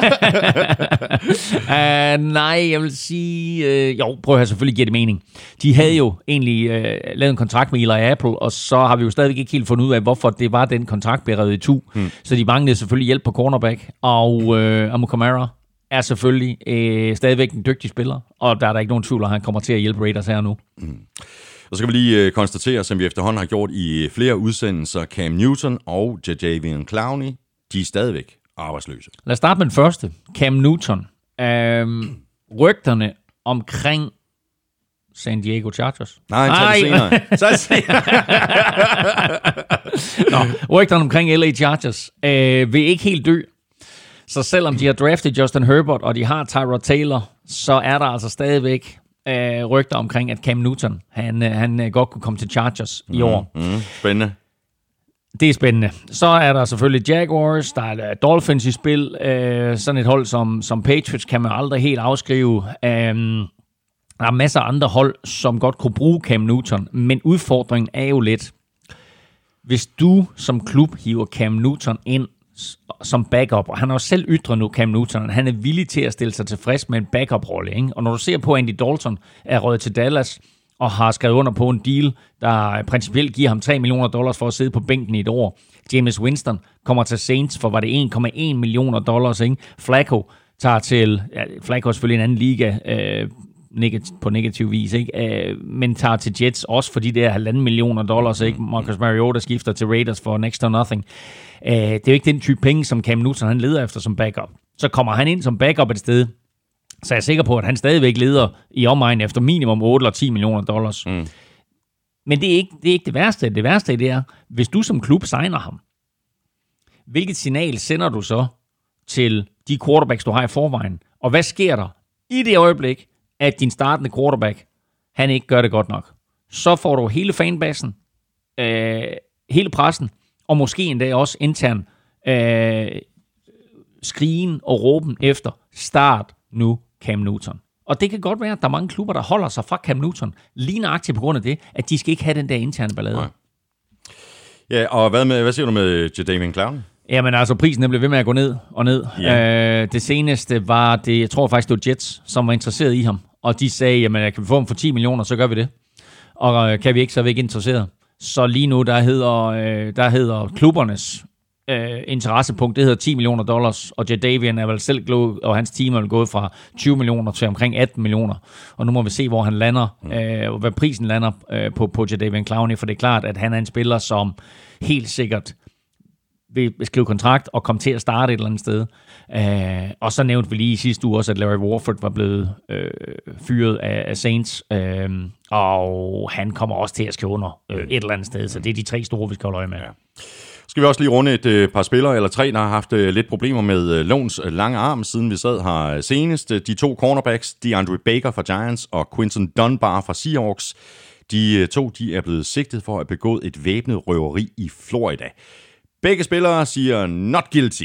uh, nej, jeg vil sige... Uh, jo, prøv at høre, selvfølgelig giver det mening. De havde jo egentlig uh, lavet en kontrakt med Eli Apple, og så har vi jo stadigvæk ikke helt fundet ud af, hvorfor det var, den kontrakt blev revet i tu. Hmm. Så de manglede selvfølgelig hjælp på cornerback, og uh, Amu Kamara er selvfølgelig uh, stadigvæk en dygtig spiller, og der er der ikke nogen tvivl, at han kommer til at hjælpe Raiders her nu. Hmm. Og så kan vi lige øh, konstatere, som vi efterhånden har gjort i flere udsendelser, Cam Newton og Jadeveon Clowney, de er stadigvæk arbejdsløse. Lad os starte med den første. Cam Newton. Øhm, rygterne omkring San Diego Chargers. Nej, Nej. det senere. Så senere. Nå, rygterne omkring L A Chargers øh, vil ikke helt dø. Så selvom de har draftet Justin Herbert, og de har Tyrod Taylor, så er der altså stadigvæk Øh, rygter omkring, at Cam Newton, han, han øh, godt kunne komme til Chargers mm, i år. Mm, spændende. Det er spændende. Så er der selvfølgelig Jaguars, der er Dolphins i spil. Øh, sådan et hold som, som Patriots kan man aldrig helt afskrive. Øh, der er masser af andre hold, som godt kunne bruge Cam Newton, men udfordringen er jo lidt, hvis du som klub hiver Cam Newton ind som backup, og han har jo selv ytret nu, Cam Newton, han er villig til at stille sig tilfreds med en backup-rolle, ikke? Og når du ser på, Andy Dalton er røget til Dallas, og har skrevet under på en deal, der principielt giver ham tre millioner dollars for at sidde på bænken i et år. James Winston kommer til Saints for, var det en komma en millioner dollars, ikke? Flacco tager til, ja, Flacco er selvfølgelig en anden liga, øh, Negativ, på negativ vis, ikke? Øh, men tager til Jets også for de der halvanden millioner dollars, ikke? Marcus Mariota skifter til Raiders for next to nothing. Øh, det er jo ikke den type penge, som Cam Newton han leder efter som backup. Så kommer han ind som backup et sted, så er jeg sikker på, at han stadigvæk leder i omegn efter minimum otte eller ti millioner dollars. Mm. Men det er, ikke, det er ikke det værste. Det værste det er, hvis du som klub signer ham, hvilket signal sender du så til de quarterbacks, du har i forvejen? Og hvad sker der i det øjeblik, at din startende quarterback, han ikke gør det godt nok? Så får du hele fanbasen, øh, hele pressen, og måske endda også intern øh, skrigen og råben efter start nu Cam Newton. Og det kan godt være, at der er mange klubber, der holder sig fra Cam Newton, lige nøjagtigt på grund af det, at de skal ikke have den der interne ballade. Nej. Ja, og hvad, med, hvad siger du med Jadeveon Clowney? Jamen altså, prisen bliver ved med at gå ned og ned. Ja. Øh, det seneste var, det, jeg tror faktisk, det var Jets, som var interesseret i ham. Og de sagde, jamen kan vi få ham for ti millioner, så gør vi det. Og øh, kan vi ikke, så er vi ikke interesseret. Så lige nu, der hedder, øh, der hedder klubbernes øh, interessepunkt, det hedder ti millioner dollars, og Jadavian er vel selv gået, og hans team er vel gået fra tyve millioner til omkring atten millioner, og nu må vi se, hvor han lander, øh, hvad prisen lander øh, på, på Jadavian Clowney, for det er klart, at han er en spiller, som helt sikkert vil skrive kontrakt og komme til at starte et eller andet sted. Øh, og så nævnte vi lige i sidste uge også, at Larry Warford var blevet øh, fyret af, af Saints, øh, og han kommer også til at skrive under øh, et eller andet sted, så det er de tre store, vi skal holde øje med. Ja. Skal vi også lige runde et øh, par spillere, eller tre, der har haft øh, lidt problemer med øh, Låns øh, lange arm, siden vi sad her senest. De to cornerbacks, DeAndre Baker fra Giants og Quinton Dunbar fra Seahawks, de øh, to de er blevet sigtet for at have begået et væbnet røveri i Florida. Begge spillere siger not guilty.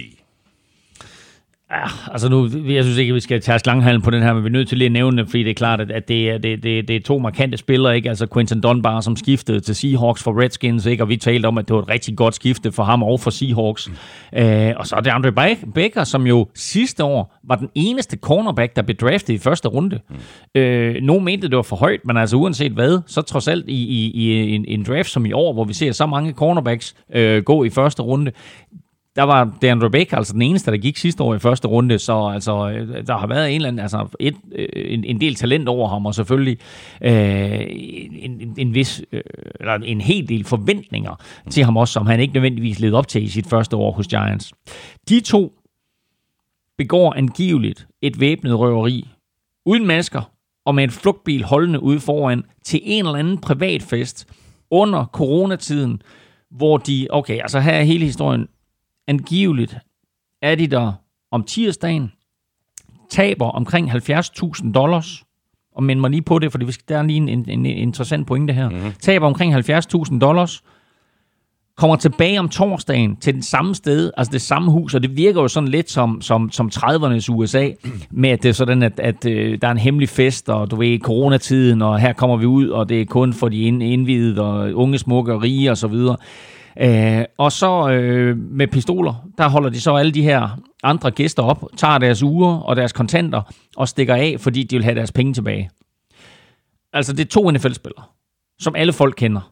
Ja, altså nu, jeg synes ikke, at vi skal tage slanghallen på den her, men vi er nødt til lige at nævne det, fordi det er klart, at det er, det, det, det er to markante spillere, ikke? Altså Quinton Dunbar, som skiftede til Seahawks fra Redskins, ikke? Og vi talte om, at det var et rigtig godt skifte for ham og for Seahawks. Mm. Øh, og så er det Andre Baker, som jo sidste år var den eneste cornerback, der blev draftet i første runde. Mm. Øh, nogen mente, det var for højt, men altså uanset hvad, så trods alt i, i, i en, en draft som i år, hvor vi ser så mange cornerbacks øh, gå i første runde, der var DeAndre Baker altså den eneste, der gik sidste år i første runde, så altså, der har været en, eller anden, altså et, en, en del talent over ham, og selvfølgelig øh, en, en, vis, øh, eller en hel del forventninger til ham også, som han ikke nødvendigvis levede op til i sit første år hos Giants. De to begår angiveligt et væbnet røveri, uden masker, og med en flugtbil holdende ude foran, til en eller anden privatfest under coronatiden, hvor de, okay, altså her er hele historien, angiveligt er de der om tirsdagen, taber omkring halvfjerds tusind dollars, og mind mig lige på det, for der er lige en, en, en interessant pointe her, mm-hmm. taber omkring halvfjerds tusind dollars, kommer tilbage om torsdagen til den samme sted, altså det samme hus, og det virker jo sådan lidt som, som, som tredivernes U S A, med at det er sådan, at, at øh, der er en hemmelig fest, og du ved, coronatiden, og her kommer vi ud, og det er kun for de indvidede, og unge, smukke og rige, og så videre. Øh, og så øh, med pistoler, der holder de så alle de her andre gæster op, tager deres uger og deres kontanter og stikker af, fordi de vil have deres penge tilbage. Altså det er to N F L-spillere, som alle folk kender.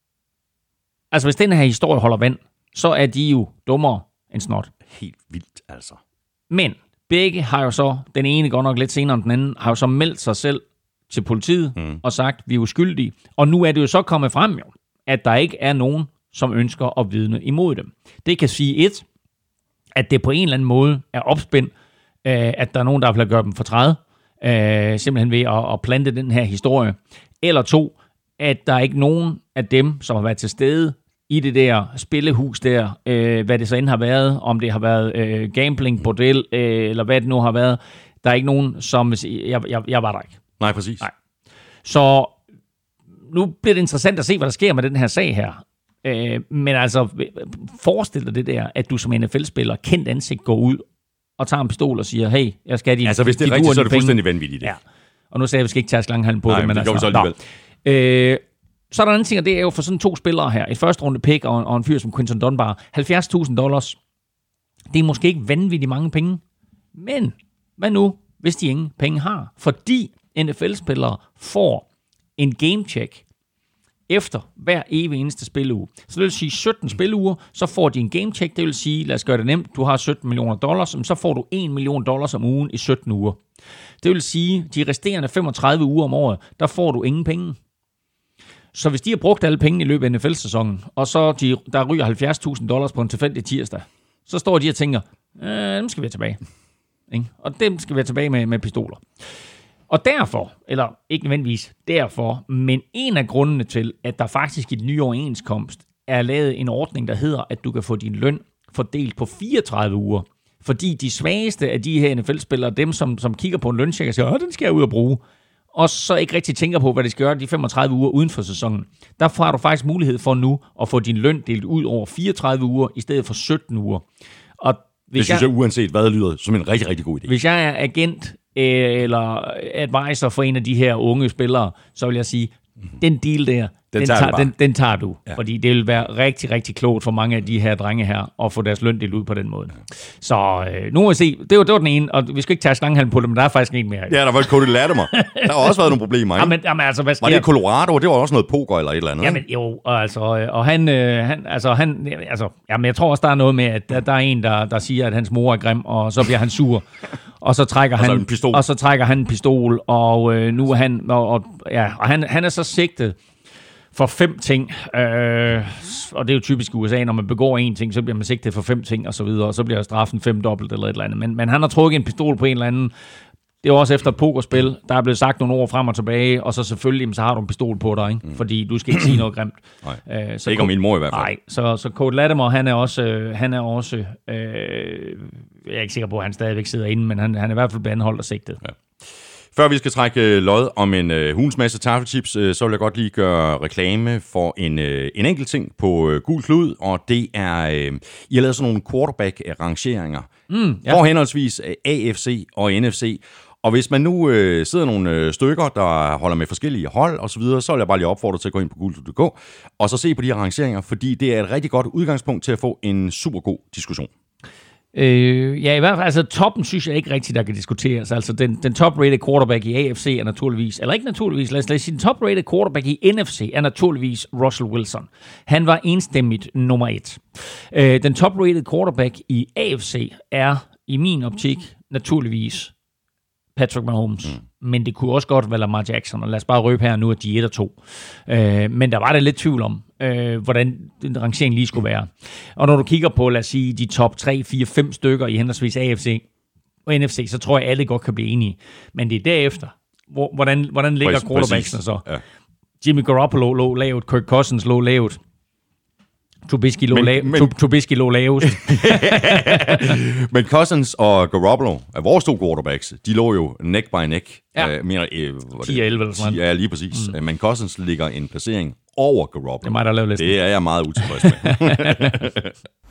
Altså hvis den her historie holder vand, så er de jo dummere end snot. Helt vildt altså. Men begge har jo så, den ene går nok lidt senere end den anden, har jo så meldt sig selv til politiet mm. og sagt, vi er uskyldige. Og nu er det jo så kommet frem jo, at der ikke er nogen, som ønsker at vidne imod dem. Det kan sige et, at det på en eller anden måde er opspændt, øh, at der er nogen, der vil gøre dem fortræd, øh, simpelthen ved at, at plante den her historie. Eller to, at der er ikke nogen af dem, som har været til stede i det der spillehus der, øh, hvad det så end har været, om det har været øh, gambling, bordel, øh, eller hvad det nu har været. Der er ikke nogen, som vil sige, jeg, jeg, jeg var der ikke. Nej, præcis. Nej. Så nu bliver det interessant at se, hvad der sker med den her sag her. Øh, men altså, forestil dig det der, at du som N F L-spiller, kendt ansigt, går ud og tager en pistol og siger, hey, jeg skal have de Altså, hvis det er rigtigt, så er det fuldstændig vanvittigt. Ja. Og nu sagde jeg, at vi skal ikke tage slanghallen på Nej, det, men, men det altså, går vi så alligevel. Øh, så er der en anden ting, og det er jo for sådan to spillere her, et første runde pick og, og en fyr som Quinton Dunbar, halvfjerds tusind dollars. Det er måske ikke vanvittigt mange penge, men hvad nu, hvis de ingen penge har? Fordi N F L-spillere får en gamecheck efter hver evig eneste spilleuge. Så det vil sige sytten spilleuger, så får de en gamecheck. Det vil sige, lad os gøre det nemt, du har sytten millioner dollars, så får du en million dollars om ugen i sytten uger. Det vil sige, de resterende femogtredive uger om året, der får du ingen penge. Så hvis de har brugt alle pengene i løbet af N F L-sæsonen, og så de, der ryger halvfjerds tusind dollars på en tilfældig tirsdag, så står de og tænker, øh, dem skal vi have tilbage. Ikke? Og dem skal vi have tilbage med, med pistoler. Og derfor, eller ikke nødvendigvis derfor, men en af grundene til, at der faktisk i den nye overenskomst er lavet en ordning, der hedder, at du kan få din løn fordelt på fireogtredive uger. Fordi de svageste af de her N F L-spillere, dem som, som kigger på en løncheck og siger, åh, den skal jeg ud og bruge, og så ikke rigtig tænker på, hvad de skal gøre de femogtredive uger uden for sæsonen. Derfor har du faktisk mulighed for nu at få din løn delt ud over fireogtredive uger, i stedet for sytten uger. Og hvis det synes jeg, jeg uanset hvad, lyder som en rigtig, rigtig god idé. Hvis jeg er agent eller advisor for en af de her unge spillere, så vil jeg sige, mm-hmm. den deal der, Den den, tager, tager, den, den tager du. Ja. Fordi det vil være rigtig, rigtig klogt for mange af de her drenge her, at få deres løn delt ud på den måde. Ja. Så øh, nu må vi se. Det var, det var den ene, og vi skal ikke tage slangehalm på det, men der er faktisk en mere. Ja, der var et Cody Latimer. Der har også været nogle problemer, ikke? Jamen, jamen, altså, hvad sker? Var det Colorado? Det var også noget poker eller et eller andet. Jamen jo, og, altså, og han, øh, han, altså, han, altså, jamen, jeg tror også, der er noget med, at der, der er en, der, der siger, at hans mor er grim, og så bliver han sur, og så trækker og han så en pistol. og så trækker han en pistol, og øh, nu er han, og, og, ja, og han, han er så sigtet for fem ting, øh, og det er jo typisk i U S A, når man begår en ting, så bliver man sigtet for fem ting, og så videre, og så bliver straffen fem dobbelt eller et eller andet. Men, men han har trukket en pistol på en eller anden. Det er også efter et pokerspil, der er blevet sagt nogle ord frem og tilbage, og så selvfølgelig, så har du en pistol på dig, ikke? Mm. Fordi du skal ikke sige noget grimt. Nej, øh, så ikke om min mor i hvert fald. Nej, så, så Cody Latimer, han er også, øh, han er også øh, jeg er ikke sikker på, at han stadigvæk sidder inde, men han, han er i hvert fald blevet anholdt og sigtet. Ja. Før vi skal trække lod om en øh, hulens masse taffelchips, øh, så vil jeg godt lige gøre reklame for en, øh, en enkelt ting på øh, Gul Klud, og det er, øh, I har lavet sådan nogle quarterback-rangeringer mm, ja. for henholdsvis A F C og N F C. Og hvis man nu øh, sidder nogle øh, stykker, der holder med forskellige hold og så videre, så vil jeg bare lige opfordre til at gå ind på gul punktum d k og så se på de her rangeringer, fordi det er et rigtig godt udgangspunkt til at få en super god diskussion. Øh, ja, i hvert fald, altså toppen synes jeg ikke rigtigt, der kan diskuteres. Altså den, den top-rated quarterback i A F C er naturligvis, eller ikke naturligvis, lad os, lad os sige, den top-rated quarterback i N F C er naturligvis Russell Wilson. Han var enstemmigt nummer et. Øh, den top-rated quarterback i A F C er i min optik naturligvis Patrick Mahomes. Mm. Men det kunne også godt være Lamar Jackson, og lad os bare røbe her nu, at de er et og to. Øh, men der var det lidt tvivl om, øh, hvordan den rangering lige skulle være. Og når du kigger på, lad os sige, de top tre, fire, fem stykker i henholdsvis A F C og N F C, så tror jeg, alle godt kan blive enige. Men det er derefter, hvor, hvordan, hvordan ligger quarterbacksene så? Ja. Jimmy Garoppolo lå lavt, Kirk Cousins lå lavt, Trubisky lå, men, lav, men, Trubisky lå lavest. Men Cousins og Garoppolo, af vores to quarterbacks, de lå jo neck by neck. Ja. Uh, mener, uh, ti og elleve eller sådan. Ja, lige præcis. Mm. Men Cousins ligger en placering over Garoppolo. Det er mig, der laver listen. Det er jeg meget utilfreds med.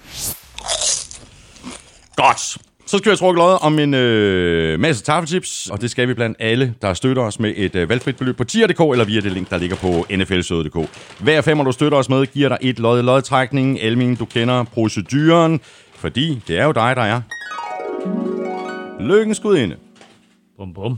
Godt. Så skal vi have trukket lod om en øh, masse taffelchips, og det skal vi blandt alle, der støtter os med et øh, valgfrit beløb på tier punktum d k eller via det link, der ligger på n f l punktum d k. Hver femmer, du støtter os med, giver dig et lod i lodtrækningen. Elming, du kender proceduren, fordi det er jo dig, der er lykkens gudinde. Bum, bum.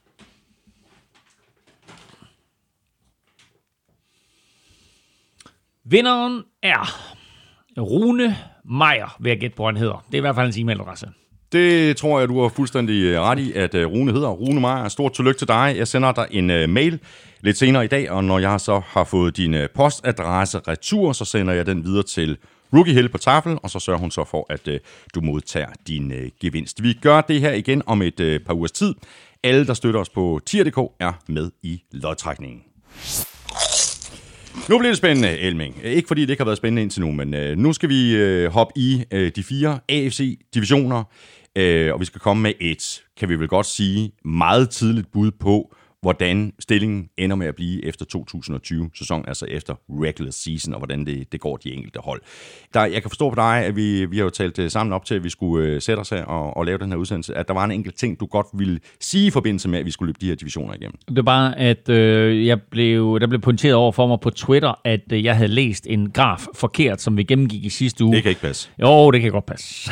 Vinderen er Rune Meier, vil jeg gætte på, han hedder. Det er i hvert fald hans e-mailadresse. Det tror jeg, du har fuldstændig ret i, at Rune hedder. Rune Meier, stort tillykke til dig. Jeg sender dig en uh, mail lidt senere i dag, og når jeg så har fået din uh, postadresse retur, så sender jeg den videre til Rookie Hill på tafel, og så sørger hun så for, at uh, du modtager din uh, gevinst. Vi gør det her igen om et uh, par ugers tid. Alle, der støtter os på tier punktum d k, er med i lodtrækningen. Nu bliver det spændende, Elming. Ikke fordi det ikke har været spændende indtil nu, men øh, nu skal vi øh, hoppe i øh, de fire A F C-divisioner, øh, og vi skal komme med et, kan vi vel godt sige, meget tidligt bud på, hvordan stillingen ender med at blive efter to tusind og tyve-sæsonen, altså efter regular season, og hvordan det, det går de enkelte hold. Der, jeg kan forstå på dig, at vi, vi har jo talt sammen op til, at vi skulle øh, sætte os her og, og lave den her udsendelse, at der var en enkelt ting, du godt ville sige i forbindelse med, at vi skulle løbe de her divisioner igennem. Det er bare, at øh, jeg blev, der blev pointeret over for mig på Twitter, at øh, jeg havde læst en graf forkert, som vi gennemgik i sidste uge. Det kan ikke passe. Jo, det kan godt passe.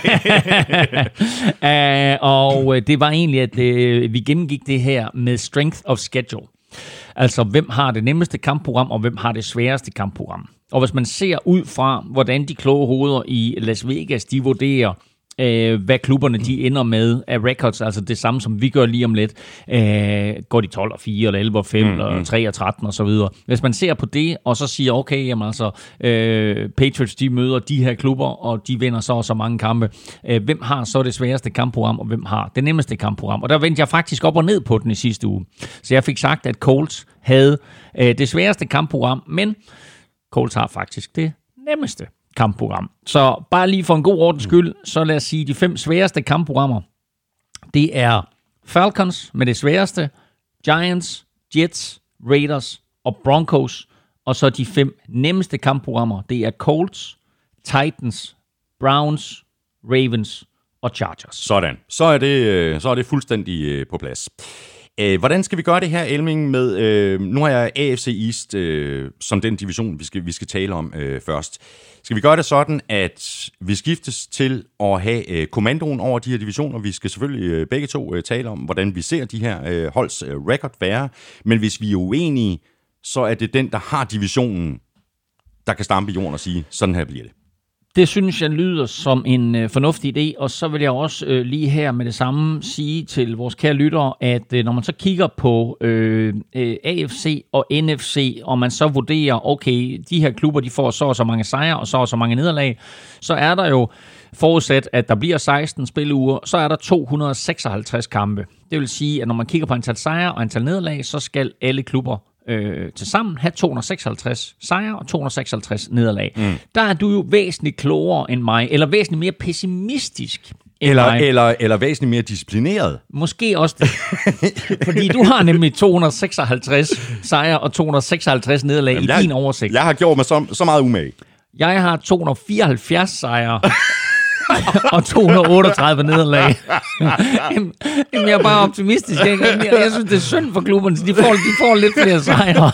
uh, og øh, det var egentlig, at øh, vi gennemgik det her med strength of schedule. Altså, hvem har det nemmeste kampprogram, og hvem har det sværeste kampprogram. Og hvis man ser ud fra, hvordan de kloge hoveder i Las Vegas, de vurderer, øh, hvad klubberne de ender med af records, altså det samme, som vi gør lige om lidt. Øh, går de tolv og fire, eller elleve og fem, mm, eller tre og tretten og så videre. Hvis man ser på det, og så siger, okay, jamen altså, øh, Patriots, de møder de her klubber, og de vinder så og så mange kampe. Øh, hvem har så det sværeste kampprogram, og hvem har det nemmeste kampprogram? Og der vendte jeg faktisk op og ned på den i sidste uge. Så jeg fik sagt, at Colts havde øh, det sværeste kampprogram, men Colts har faktisk det nemmeste kampprogram. Så bare lige for en god ordens skyld, så lad os sige, de fem sværeste kampprogrammer, det er Falcons med det sværeste, Giants, Jets, Raiders og Broncos, og så de fem nemmeste kampprogrammer, det er Colts, Titans, Browns, Ravens og Chargers. Sådan. Så er det, så er det fuldstændig på plads. Øh, hvordan skal vi gøre det her, Elming, med... Øh, nu har jeg A F C East øh, som den division, vi skal, vi skal tale om øh, først. Skal vi gøre det sådan, at vi skiftes til at have øh, kommandoen over de her divisioner? Vi skal selvfølgelig øh, begge to øh, tale om, hvordan vi ser de her øh, holds øh, record være. Men hvis vi er uenige, så er det den, der har divisionen, der kan stampe i jorden og sige, sådan her bliver det. Det synes jeg lyder som en øh, fornuftig idé, og så vil jeg også øh, lige her med det samme sige til vores kære lyttere, at øh, når man så kigger på øh, øh, A F C og N F C, og man så vurderer, okay, de her klubber, de får så og så mange sejre, og så og så mange nederlag, så er der jo forudsat, at der bliver seksten spilleuger, så er der to hundrede og seksoghalvtreds kampe. Det vil sige, at når man kigger på antal sejre og antal nederlag, så skal alle klubber Øh, til sammen have to hundrede og seksoghalvtreds sejre og to hundrede og seksoghalvtreds nederlag. Mm. Der er du jo væsentligt klogere end mig, eller væsentligt mere pessimistisk end eller, mig. Eller, eller væsentligt mere disciplineret. Måske også det. Fordi du har nemlig to hundrede og seksoghalvtreds sejre og to hundrede og seksoghalvtreds nederlag. Jamen, i jeg, din oversigt. Jeg har gjort mig så, så meget umage. Jeg har to hundrede og fireoghalvfjerds sejre og to hundrede og otteogtredive nederlag. Jamen, jeg er bare optimistisk. Jeg, jeg, jeg synes, det er synd for klubberne. De får, de får lidt flere sejre.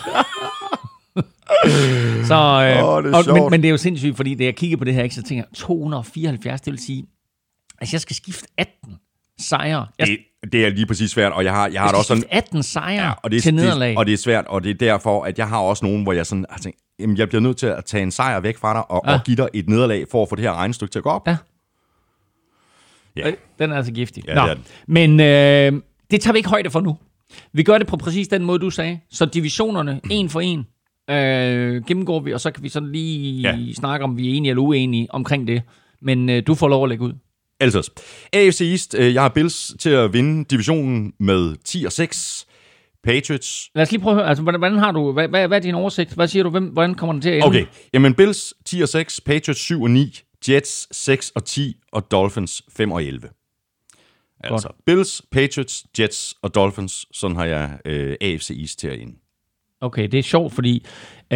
Så, øh, oh, det og, men, men det er jo sindssygt, fordi da jeg kigger på det her, så tænker jeg, to hundrede og fireoghalvfjerds, det vil sige, altså jeg skal skifte atten sejre. Jeg, det, det er lige præcis svært, og jeg har, jeg har jeg også sådan atten sejre, ja, og det er, til nederlag. Det, og det er svært, og det er derfor, at jeg har også nogen, hvor jeg sådan har tænkt, jamen, jeg bliver nødt til at tage en sejr væk fra dig, og, ja. og give dig et nederlag, for at få det her regnestykke til at gå op. Ja. Ja. Den er altså giftig. Ja, Nå, det er den. Men øh, det tager vi ikke højde for nu. Vi gør det på præcis den måde, du sagde. Så divisionerne, en for en, øh, gennemgår vi, og så kan vi sådan lige ja. snakke om, vi er enige eller uenige omkring det. Men øh, du får lov at lægge ud. Altså, A F C East, øh, jeg har Bills til at vinde divisionen med ti og seks. Patriots. Lad os lige prøve at høre, altså, hvordan har du, hvad, hvad, hvad er din oversigt? Hvad siger du, hvem, hvordan kommer den til at ende? Okay, jamen Bills ti og seks, Patriots syv og ni, Jets seks og ti, og Dolphins fem og elleve. Altså, godt. Bills, Patriots, Jets og Dolphins, sådan har jeg øh, A F C East til at ende. Okay, det er sjovt, fordi øh,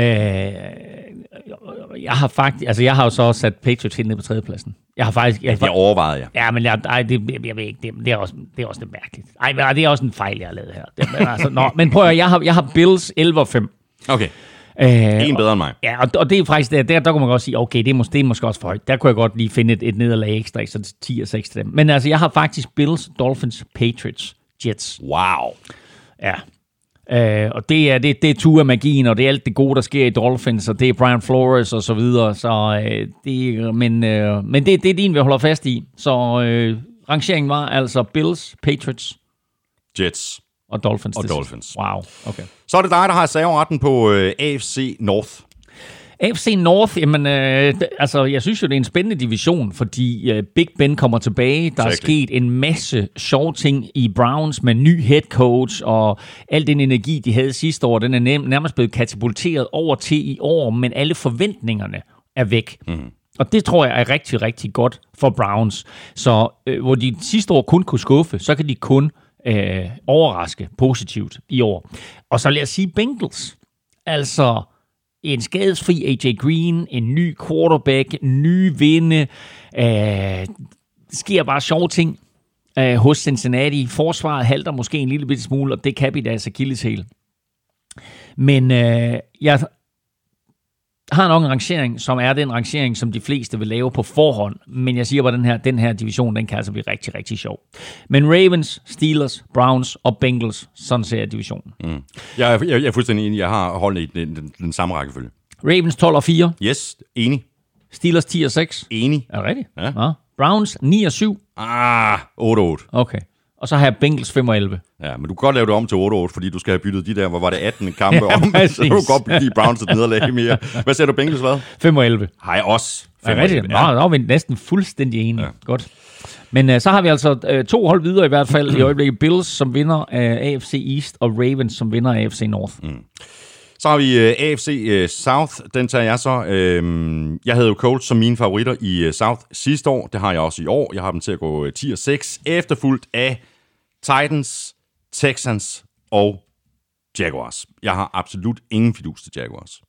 jeg har faktisk, altså jeg har jo så også sat Patriots helt ned på tredjepladsen. Jeg har faktisk... Jeg, ja, det overvejede jeg. Ja, men jeg, ej, det, jeg ved ikke, det, det, er også, det er også lidt mærkeligt. Ej, det er også en fejl, jeg har lavet her. Det, men, altså, nå, men prøv at jeg har, jeg har Bills elleve og fem. Okay. Øh, en bedre end mig. Ja, og, og det er faktisk, der, der, der kunne man godt sige, okay, det er, måske, det er måske også for højt. Der kunne jeg godt lige finde et, et nederlag ekstra, så ti og seks til dem. Men altså, jeg har faktisk Bills, Dolphins, Patriots, Jets. Wow. Ja. Uh, og det er, det, det er Tua-magien, og det er alt det gode, der sker i Dolphins, og det er Brian Flores og så videre. Så, uh, det, men uh, men det, det er din, vi holder fast i. Så uh, rangeringen var altså Bills, Patriots, Jets og Dolphins. Og Dolphins. Wow, okay. Så er det dig, der har serveretten på uh, A F C North. A F C North, jamen, øh, altså, jeg synes jo, det er en spændende division, fordi øh, Big Ben kommer tilbage. Der exactly. er sket en masse sjove ting i Browns med ny head coach, og al den energi, de havde sidste år, den er nem, nærmest blevet katapulteret over til i år, men alle forventningerne er væk. Mm. Og det tror jeg er rigtig, rigtig godt for Browns. Så øh, hvor de sidste år kun kunne skuffe, så kan de kun øh, overraske positivt i år. Og så lad os sige Bengals. Altså... en skadesfri A J Green, en ny quarterback, nye vinde. Øh, det sker bare sjove ting øh, hos Cincinnati. Forsvaret halter måske en lille bitte smule, og det kan blive deres akilleshæl. Men øh, jeg har nok en rangering, som er den rangering, som de fleste vil lave på forhånd. Men jeg siger bare, at den her, den her division, den kan altså blive rigtig, rigtig sjov. Men Ravens, Steelers, Browns og Bengals, sådan ser jeg divisionen. Mm. Jeg, er, jeg, jeg er fuldstændig enig. Jeg har holdt i den, den, den samme rækkefølge. Ravens tolv og fire. Yes, enig. Steelers ti og seks. Enig. Er det rigtigt? Ja. Ja. Browns ni og syv. Ah, otte og otte. Okay. Og så har jeg Bengals fem og elleve. Ja, men du kan godt lave det om til otte og otte, fordi du skal have byttet de der, hvor var det atten kampe ja, om, så du kan godt give Browns et nederlag mere. Hvad siger du, Bengals hvad? fem og elleve. Har jeg også. Er det rigtigt? Nå, der er vi næsten fuldstændig enige. Ja. Godt. Men uh, så har vi altså uh, to hold videre i hvert fald i øjeblikket. Bills, som vinder af A F C East, og Ravens, som vinder af A F C North. Mm. Så har vi uh, A F C uh, South. Den tager jeg så. Uh, jeg havde jo Colts som mine favoritter i uh, South sidste år. Det har jeg også i år. Jeg har dem til at gå uh, ti og seks. Efterfulgt af Titans, Texans og Jaguars. Jeg har absolut ingen fidus til Jaguars.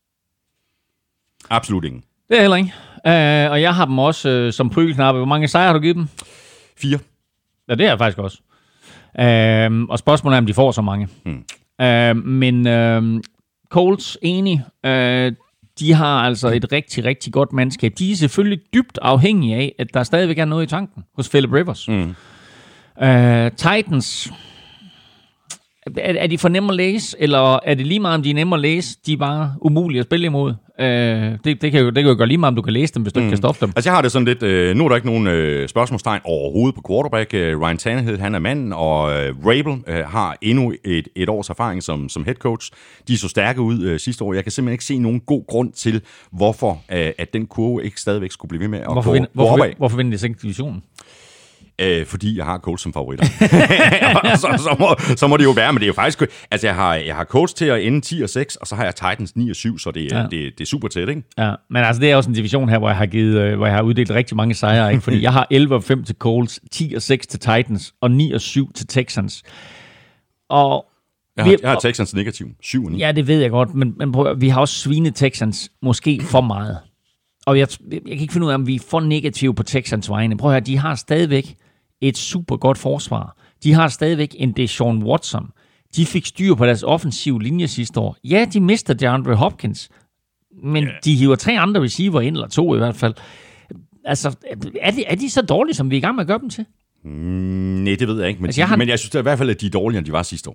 Absolut ingen. Det er heller ikke. Uh, og jeg har dem også uh, som prylknappe. Hvor mange sejre har du givet dem? Fire. Ja, det er jeg faktisk også. Øh, og spørgsmålet er, om de får så mange. Mm. Øh, men øh, Colts, enig, øh, de har altså et rigtig, rigtig godt mandskab. De er selvfølgelig dybt afhængige af, at der stadigvæk er noget i tanken hos Philip Rivers. Mm. Øh, Titans, er, er de for nemme at læse, eller er det lige meget, om de er nemme at læse, de er bare umulige at spille imod? Øh, det, det, kan jo, det kan jo gøre lige meget, om du kan læse dem, hvis du mm. ikke kan stoppe dem. Altså jeg har det sådan lidt, øh, nu er der ikke nogen øh, spørgsmålstegn overhovedet på quarterback. Øh, Ryan Tannehill, han er manden, og øh, Rabel øh, har endnu et, et års erfaring som, som head coach. De så stærke ud øh, sidste år. Jeg kan simpelthen ikke se nogen god grund til, hvorfor øh, at den kurve ikke stadigvæk skulle blive ved med at hvorfor gå, vind, gå hvorfor, opad. Hvorfor vinder de ikke divisionen? Øh, fordi jeg har Colts som favoritter. så, så, må, så må det jo være, men det er jo faktisk... Altså, jeg har, jeg har Colts til at ende ti og seks, og så har jeg Titans ni og syv, så det, ja. det, det er super tæt, ikke? Ja, men altså, det er også en division her, hvor jeg har, givet, hvor jeg har uddelt rigtig mange sejre, ikke? Fordi jeg har elleve og fem til Colts, ti og seks til Titans, og ni og syv til Texans. Og... Jeg har, jeg har Texans negativ, syv og ni. Ja, det ved jeg godt, men, men prøv, vi har også svinet Texans måske for meget. Og jeg, jeg kan ikke finde ud af, om vi er for negative på Texans vegne. Prøv at høre, de har stadigvæk et super godt forsvar. De har stadigvæk en Deshaun Watson. De fik styr på deres offensive linje sidste år. Ja, de mister DeAndre Hopkins, men yeah. de hiver tre andre receiver ind, eller to i hvert fald. Altså, er de, er de så dårlige, som vi er i gang med at gøre dem til? Mm, nej, det ved jeg ikke, men, altså, jeg de, har... men jeg synes i hvert fald, at de er dårligere, end de var sidste år.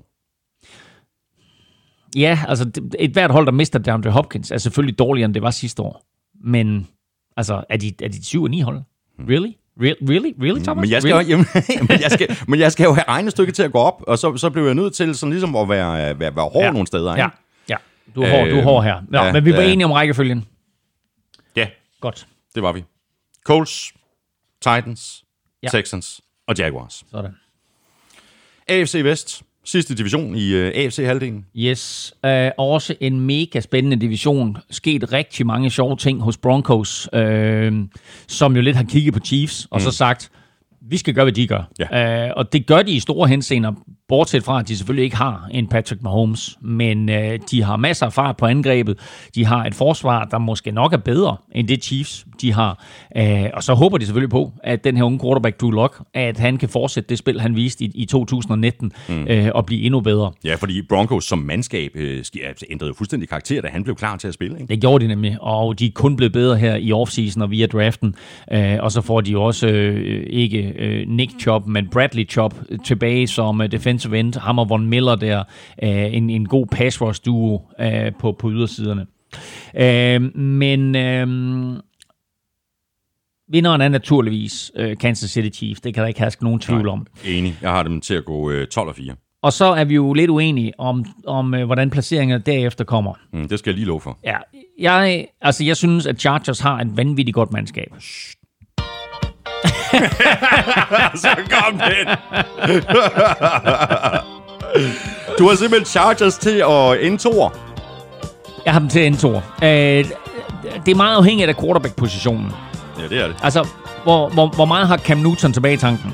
Ja, altså et hvert hold, der mister DeAndre Hopkins, er selvfølgelig dårligere, end det var sidste år. Men altså, er de, er de syv og ni hold? Really? Really? Really, Thomas? Men jeg skal, really? jo, jamen, men jeg skal, men jeg skal jo have regnestykket til at gå op, og så, så bliver jeg nødt til sådan ligesom at være, være, være hård ja. nogle steder. Ikke? Ja, ja. Du er hård, øh, du er hård her. Nå, ja, men vi var ja. enige om rækkefølgen. Ja, godt. Det var vi. Colts, Titans, ja. Texans og Jaguars. Sådan. A F C Vest. Sidste division i uh, A F C-halvdelen. Yes. Uh, også en mega spændende division. Sket rigtig mange sjove ting hos Broncos, uh, som jo lidt har kigget på Chiefs, og mm. så sagt, vi skal gøre, hvad de gør. Ja. Uh, og det gør de i store henseender, bortset fra, at de selvfølgelig ikke har en Patrick Mahomes, men uh, de har masser af fart på angrebet. De har et forsvar, der måske nok er bedre end det Chiefs, de har. Uh, og så håber de selvfølgelig på, at den her unge quarterback, Drew Lock, at han kan fortsætte det spil, han viste i, i to tusind nitten, mm. uh, og blive endnu bedre. Ja, fordi Broncos som mandskab uh, ændrede jo fuldstændig karakter, da han blev klar til at spille. Ikke? Det gjorde de nemlig, og de er kun blevet bedre her i offseason og via draften. Uh, og så får de jo også uh, ikke uh, Nick Chubb, men Bradley Chubb tilbage som uh, defensive end. Ham og Von Miller der, uh, en, en god pass rush duo uh, på, på ydersiderne. Uh, men uh, vinderen er naturligvis uh, Kansas City Chiefs. Det kan der ikke herske nogen tvivl om. Nej, enig. Jeg har dem til at gå uh, tolv og fire. Og så er vi jo lidt uenige om, om uh, hvordan placeringerne derefter kommer. Mm, det skal jeg lige love for. Ja, jeg, altså jeg synes, at Chargers har et vanvittigt godt mandskab. Så kom den. Du har simpelthen Chargers til at ende toer. Jeg har dem til at ende toer. Øh, det er meget afhængigt af quarterback-positionen. Ja, det er det. Altså, hvor, hvor, hvor meget har Cam Newton tilbage i tanken?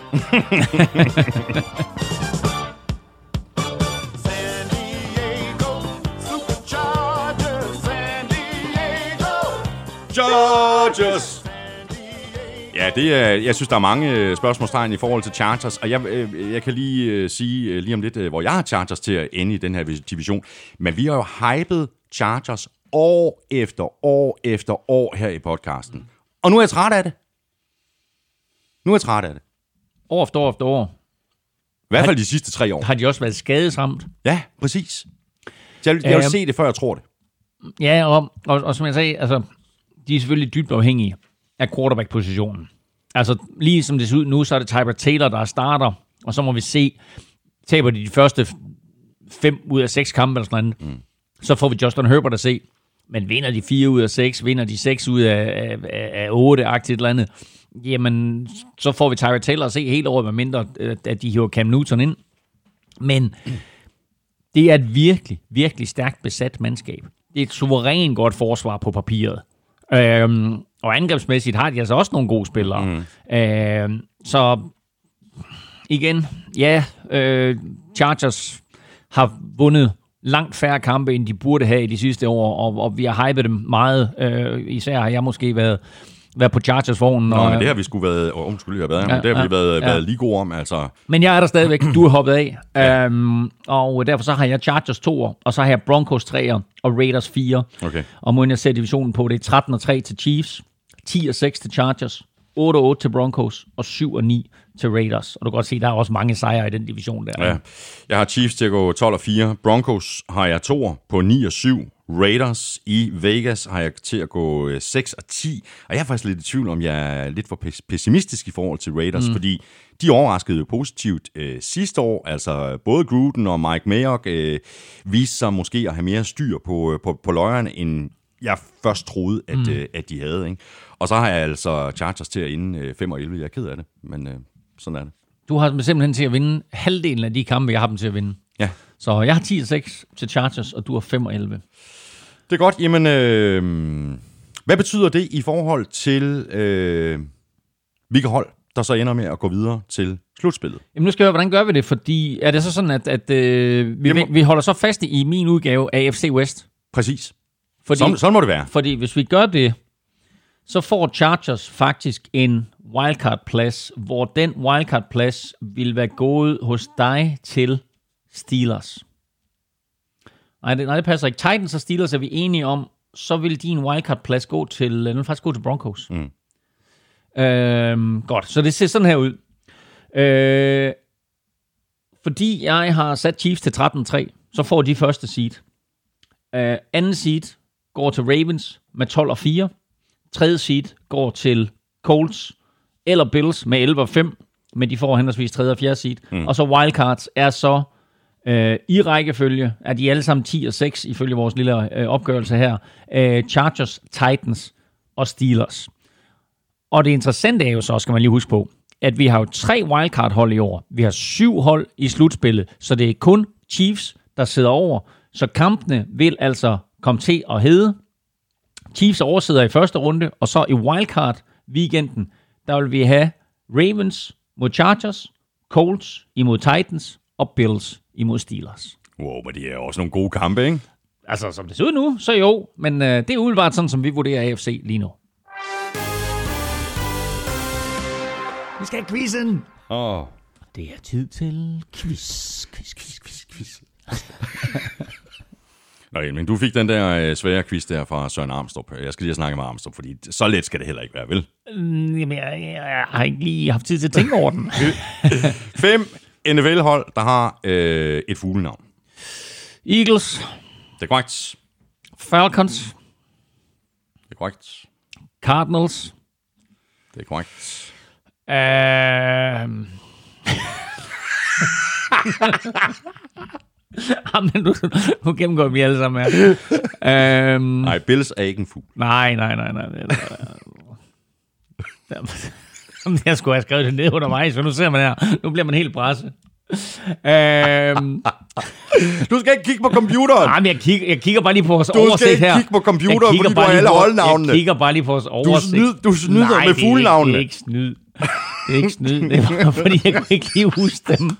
Chargers! Ja, det er, jeg synes, der er mange spørgsmålstegn i forhold til Chargers, og jeg, jeg kan lige sige lige om lidt, hvor jeg har Chargers til at ende i den her division. Men vi har jo hypet Chargers år efter år efter år her i podcasten. Og nu er jeg træt af det. Nu er jeg træt af det. År efter år efter år. I hvert fald de sidste tre år. Har de også været skadesramt? Ja, præcis. Så jeg vil, jeg vil øh, se det, før jeg tror det. Ja, og, og, og som jeg sagde, altså, de er selvfølgelig dybt afhængige af quarterback-positionen. Altså, lige som det ser ud nu, så er det Tyrod Taylor, der starter, og så må vi se, taber de de første fem ud af seks kampe eller sådan noget, mm. så får vi Justin Herbert at se, men vinder de fire ud af seks, vinder de seks ud af, af, af otte-agtigt et eller andet, jamen, så får vi Tyrod Taylor at se helt over, med mindre, at de hiver Cam Newton ind. Men mm. det er et virkelig, virkelig stærkt besat mandskab. Det er et suverænt godt forsvar på papiret. Øhm, og angrebsmæssigt har de altså også nogle gode spillere. Mm. Øhm, så igen, ja, øh, Chargers har vundet langt færre kampe, end de burde have i de sidste år, og, og vi har hypet dem meget. Øh, især har jeg måske været, være på Chargers-vognen. Nå, og, men det har vi sgu været, oh, skulle lige have været, ja, men det har vi ja, været, ja. været lige gode om, altså. Men jeg er der stadigvæk. Du er hoppet af. Ja. Um, og derfor så har jeg Chargers toer, og så har jeg Broncos treer og Raiders fire. Okay. Og måden jeg ser divisionen på, det er tretten og tre til Chiefs, ti og seks til Chargers, otte og otte til Broncos og syv og ni til Raiders. Og du kan godt se, der er også mange sejre i den division der. Ja. Jeg har Chiefs til at gå tolv og fire. Broncos har jeg toer på ni og syv. Raiders i Vegas har jeg til at gå seks og ti. Og jeg er faktisk lidt i tvivl om, jeg er lidt for pessimistisk i forhold til Raiders, mm. fordi de overraskede jo positivt øh, sidste år. Altså både Gruden og Mike Mayock øh, viste sig måske at have mere styr på, på, på løjerne, end jeg først troede, at, mm. øh, at de havde. Ikke? Og så har jeg altså Chargers til at inde øh, fem og elleve. Jeg er ked af det, men øh, sådan er det. Du har dem simpelthen til at vinde halvdelen af de kampe, jeg har dem til at vinde. Ja. Så jeg har ti og seks til Chargers, og du har fem og elleve. Det er godt. Jamen, øh, hvad betyder det i forhold til øh, hvilke hold, der så ender med at gå videre til slutspillet? Jamen nu skal jeg høre, hvordan gør vi det? Fordi er det så sådan, at, at øh, vi, vi holder så fast i min udgave af A F C West? Præcis. Fordi, sådan, sådan må det være. Fordi hvis vi gør det, så får Chargers faktisk en wildcard-plads, hvor den wildcard-plads vil være gået hos dig til Steelers. Nej, det, nej, det passer ikke. Titans og Steelers er vi enige om, så vil din wildcard-plads gå til, den vil faktisk gå til Broncos. Mm. Øhm, godt, så det ser sådan her ud. Øh, fordi jeg har sat Chiefs til tretten tre, så får de første seed. Øh, anden seed går til Ravens med tolv og fire. Tredje seed går til Colts eller Bills med elleve og fem, men de får henholdsvis tredje og fjerde seed. Mm. Og så wildcards er så øh, i rækkefølge, er de alle sammen ti og seks ifølge vores lille øh, opgørelse her. Øh, Chargers, Titans og Steelers. Og det interessante er jo så, skal man lige huske på, at vi har jo tre wildcard-hold i år. Vi har syv hold i slutspillet, så det er kun Chiefs, der sidder over. Så kampene vil altså komme til at hedde. Chiefs oversidder i første runde, og så i wildcard-weekenden, der vil vi have Ravens mod Chargers, Colts imod Titans og Bills imod Steelers. Wow, men det er også nogle gode kampe, ikke? Altså, som det ser ud nu, så jo, men øh, det er umiddelbart sådan, som vi vurderer A F C lige nu. Vi skal have quizzen! Åh. Oh. Det er tid til quiz, quiz, quiz, quiz, quiz. Nå, men du fik den der øh, svære quiz der fra Søren Armstrong. Jeg skal lige snakke med Armstrong, fordi så let skal det heller ikke være, vel? Mm, jamen, jeg, jeg, jeg har ikke lige haft tid til at tænke over den. Fem N F L-hold, der har øh, et fuglenavn. Eagles. Det er korrekt. Falcons. Det er korrekt. Cardinals. Det er korrekt. Uh... Jamen, du, nu gennemgår vi alle sammen her. Um... Nej, Bills er ikke en fugl. Nej, nej, nej, nej. Jeg skulle have skrevet det ned under mig, så nu ser man her. Nu bliver man helt presset. Um... Du skal ikke kigge på computeren. Nej, men jeg kigger, jeg kigger bare lige på vores du oversigt her. Du skal ikke kigge på computeren, fordi du har alle holdnavnene. Jeg kigger bare lige på vores oversigt. Du, snyd, du snyder Nej, med fuglenavnene. Nej, det er ikke snyd. Det er ikke snyd. Det var, fordi jeg kunne ikke lige huske dem.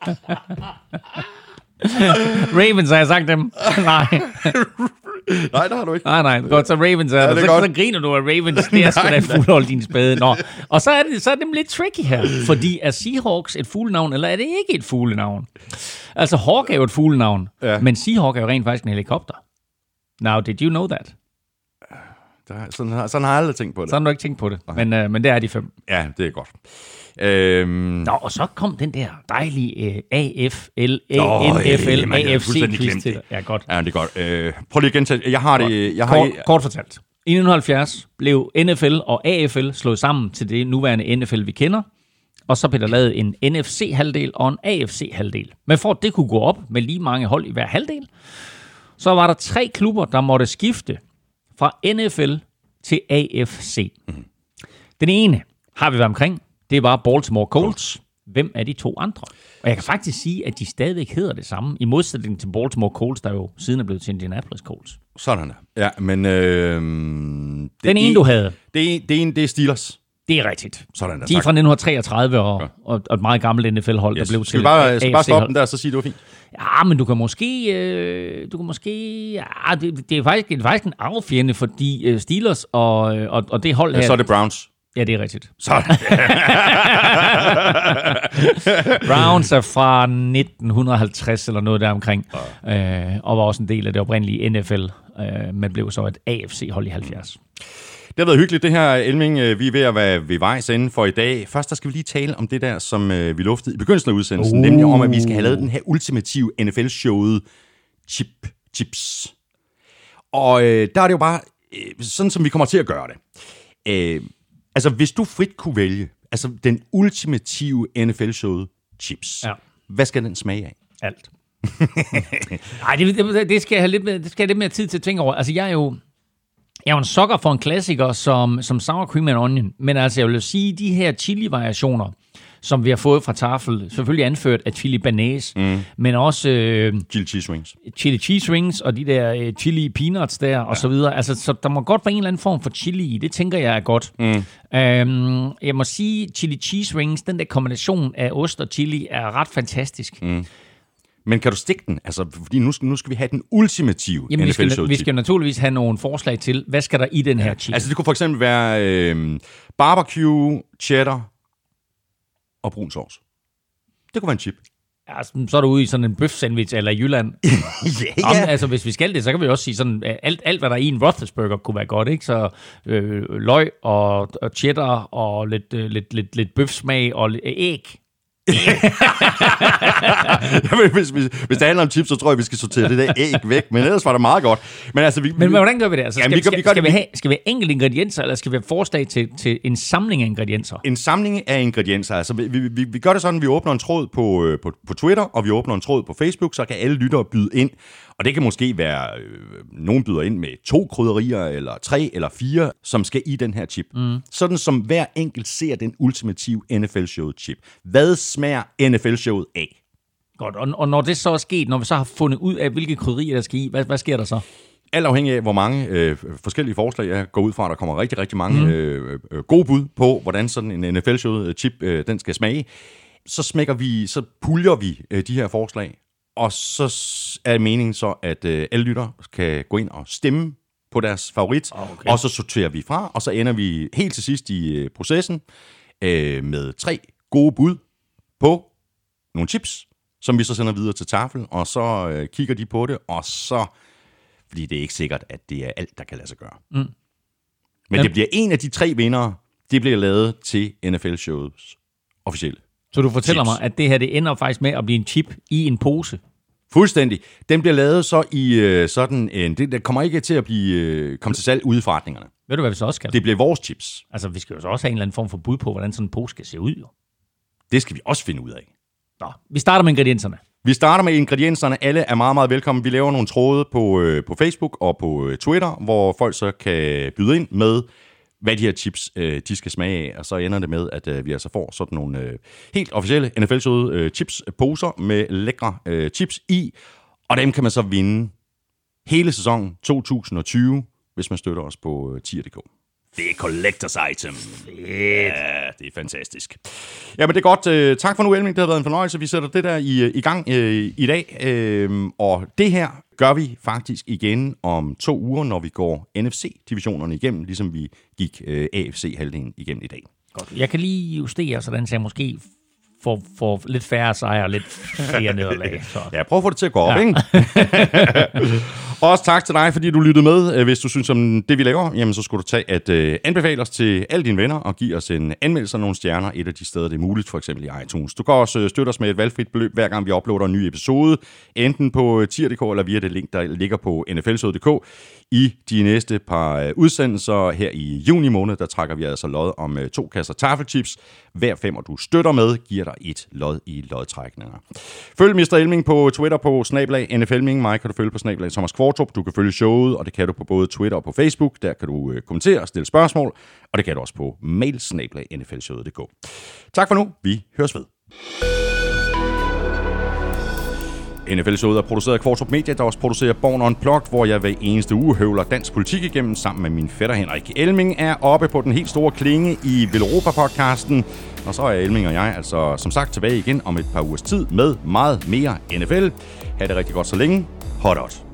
Ravens, har jeg sagt dem? Nej. Nej, det har du ikke. Nej, nej. Godt, så Ravens er, ja, er så, så griner du af Ravens. Det er sgu da et fuglehold, din spade. Nå. Og så er, det, så er det lidt tricky her. Fordi er Seahawks et fuglenavn, eller er det ikke et fuglenavn? Altså, Hawk er jo et fuglenavn. Ja. Men Seahawk er jo rent faktisk en helikopter. Now, did you know that? Der, sådan, sådan har jeg aldrig tænkt på det. Sådan har du ikke tænkt på det. Men, øh, men det er de fem. Ja, det er godt. Øhm... Nå, og så kom den der dejlige uh, A F L, A N F L, A F C-quiz til dig. Ja, godt. Ja, det er godt. Øh, prøv lige at gentage. Jeg har det... Jeg har kort, kort fortalt. I nitten halvfjerds blev N F L og A F L slået sammen til det nuværende N F L, vi kender. Og så blev der lavet en N F C-halvdel og en A F C-halvdel. Men for at det kunne gå op med lige mange hold i hver halvdel, så var der tre klubber, der måtte skifte fra N F L til A F C. Mm. Den ene har vi været omkring. Det var Baltimore Colts. Hvem er de to andre? Og jeg kan faktisk sige, at de stadigvæk hedder det samme, i modsætning til Baltimore Colts, der jo siden er blevet til Indianapolis Colts. Sådan der. Ja, men... Øh, Den ene, du havde. Det, det ene, det er Steelers. Det er rigtigt. Sådan der, de er fra nitten treogtredive og, ja. og, og et meget gammelt N F L-hold, yes. der blev skal til bare, skal bare stoppe den der, så sige, det var fint? Ja, men du kan måske... Øh, du kan måske ja, det, det, er faktisk, det er faktisk en arvefjende, fordi øh, Steelers og, og, og det hold her... Ja, så er det Browns. Ja, det er rigtigt. Sådan. Browns er fra nitten halvtreds eller noget der omkring, ja. øh, og var også en del af det oprindelige N F L, øh, men blev så et A F C-hold i halvfjerds. Det har været hyggeligt, det her, Elming. Vi er ved at være ved vejs ende for i dag. Først der skal vi lige tale om det der, som vi luftede i begyndelsen af udsendelsen, uh. nemlig om, at vi skal have lavet den her ultimative N F L-showet Chip Chips. Og øh, der er det jo bare øh, sådan, som vi kommer til at gøre det. Øh, altså, hvis du frit kunne vælge, altså den ultimative N F L-showet Chips, ja. Hvad skal den smage af? Alt. Nej, det, det, det, skal jeg have lidt mere, det skal jeg have lidt mere tid til at tænke over. Altså, jeg er jo... Jeg er jo en sokker for en klassiker som, som sour cream and onion, men altså jeg vil sige, de her chili-variationer, som vi har fået fra Tafel, selvfølgelig anført af chili banase, mm. men også øh, chili cheese rings. Chili cheese rings og de der øh, chili peanuts der, ja. Og så videre. Altså, så der må godt være en eller anden form for chili i. Det tænker jeg er godt. Mm. Øhm, jeg må sige, chili cheese rings, den der kombination af ost og chili, er ret fantastisk. Mm. Men kan du stikke den? Altså, fordi nu skal, nu skal vi have den ultimative Jamen, N F L-show. Vi skal naturligvis have nogle forslag til, hvad skal der i den her chili? Altså, det kunne for eksempel være øh, barbecue, cheddar og brun sovs. Det kunne være en chip. Ja, så er du ude i sådan en bøf-sandwich eller i Jylland. ja, ja. Om, altså, hvis vi skal det, så kan vi også sige sådan, alt, alt hvad der er i en Roethlisberger kunne være godt, ikke? Så øh, løg og, og cheddar og lidt, øh, lidt, lidt, lidt bøfsmag og lidt æg. Jamen, hvis, hvis, hvis det handler om chips, så tror jeg, vi skal sortere det der æg væk. Men ellers var det meget godt. Men, altså, vi, men hvordan gør vi det? Altså, skal, jamen, vi, skal, vi skal, det, vi have, skal vi have enkelte ingredienser, eller skal vi have forslag til, til en samling af ingredienser? En samling af ingredienser. Altså, vi, vi, vi gør det sådan, at vi åbner en tråd på, på, på Twitter, og vi åbner en tråd på Facebook, så kan alle lyttere byde ind. Og det kan måske være, øh, nogen byder ind med to krydderier, eller tre, eller fire, som skal i den her chip. Mm. Sådan som hver enkelt ser den ultimative N F L-showet chip. Hvad smager N F L-showet af? Godt, og, og når det så er sket, når vi så har fundet ud af, hvilke krydderier der skal i, hvad, hvad sker der så? Alt afhængig af, hvor mange øh, forskellige forslag jeg går ud fra, der kommer rigtig, rigtig mange mm. øh, øh, gode bud på, hvordan sådan en N F L-showet chip, øh, den skal smage. Så smækker vi, så puljer vi øh, de her forslag, og så er meningen så, at øh, alle lytter kan gå ind og stemme på deres favorit, okay. Og så sorterer vi fra, og så ender vi helt til sidst i øh, processen øh, med tre gode bud på nogle chips, som vi så sender videre til Tafel, og så øh, kigger de på det, og så, fordi det er ikke sikkert, at det er alt, der kan lade sig gøre. Mm. Men Jamen. Det bliver en af de tre vindere, det bliver lavet til N F L-showets officielle. Så du fortæller chips. Mig, at det her det ender faktisk med at blive en chip i en pose? Fuldstændig. Den bliver lavet så i øh, sådan en... Det, det kommer ikke til at blive øh, komme til salg ude i forretningerne. Ved du, hvad vi så også skal? Det bliver vores chips. Altså, vi skal jo så også have en eller anden form for bud på, hvordan sådan en pose skal se ud, jo. Det skal vi også finde ud af. Nå, vi starter med ingredienserne. Vi starter med ingredienserne. Alle er meget, meget velkommen. Vi laver nogle tråde på, øh, på Facebook og på øh, Twitter, hvor folk så kan byde ind med, hvad de her chips, øh, de skal smage af. Og så ender det med, at øh, vi altså får sådan nogle øh, helt officielle N F L-showede øh, chips-poser med lækre øh, chips i. Og dem kan man så vinde hele sæsonen to tusind og tyve, hvis man støtter os på øh, tier punktum d k. Det er collectors item. Ja, det er fantastisk. Ja, men det er godt. Uh, tak for nu, Elming. Det har været en fornøjelse. Vi sætter det der i, i gang uh, i dag. Uh, og det her gør vi faktisk igen om to uger, når vi går N F C-divisionerne igennem, ligesom vi gik uh, A F C-halvdelen igennem i dag. Godt. Jeg kan lige justere, sådan så jeg måske får, får lidt færre sejre og lidt flere nederlag. Så. Ja, prøv at få det til at gå op, ja. Ikke? Også tak til dig, fordi du lyttede med. Hvis du synes om det, vi laver, jamen, så skulle du tage at uh, anbefale os til alle dine venner og give os en anmeldelse af nogle stjerner et af de steder, det er muligt, for eksempel i iTunes. Du kan også støtte os med et valgfrit beløb, hver gang vi uploader en ny episode, enten på tier punktum d k eller via det link, der ligger på N F L punktum d k. I de næste par udsendelser her i juni måned, der trækker vi altså lod om to kasser tafelchips. Hver femmer du støtter med, giver dig et lod i lodtrækninger. Følg mister Elming på Twitter på snablag N F L Elming. Mig kan du følge på snablag Thomas Kvartrup. Du kan følge showet, og det kan du på både Twitter og på Facebook. Der kan du kommentere og stille spørgsmål, og det kan du også på mail snablag N F L showet punktum d k. Tak for nu. Vi høres ved. N F L-showet er produceret af Kvartrup Media, der også producerer Born Unplugged, hvor jeg hver eneste uge høvler dansk politik igennem sammen med min fætter Henrik. Elming er oppe på den helt store klinge i Velropa-podcasten, og så er Elming og jeg altså som sagt tilbage igen om et par ugers tid med meget mere N F L. Ha' det rigtig godt så længe. Hot out.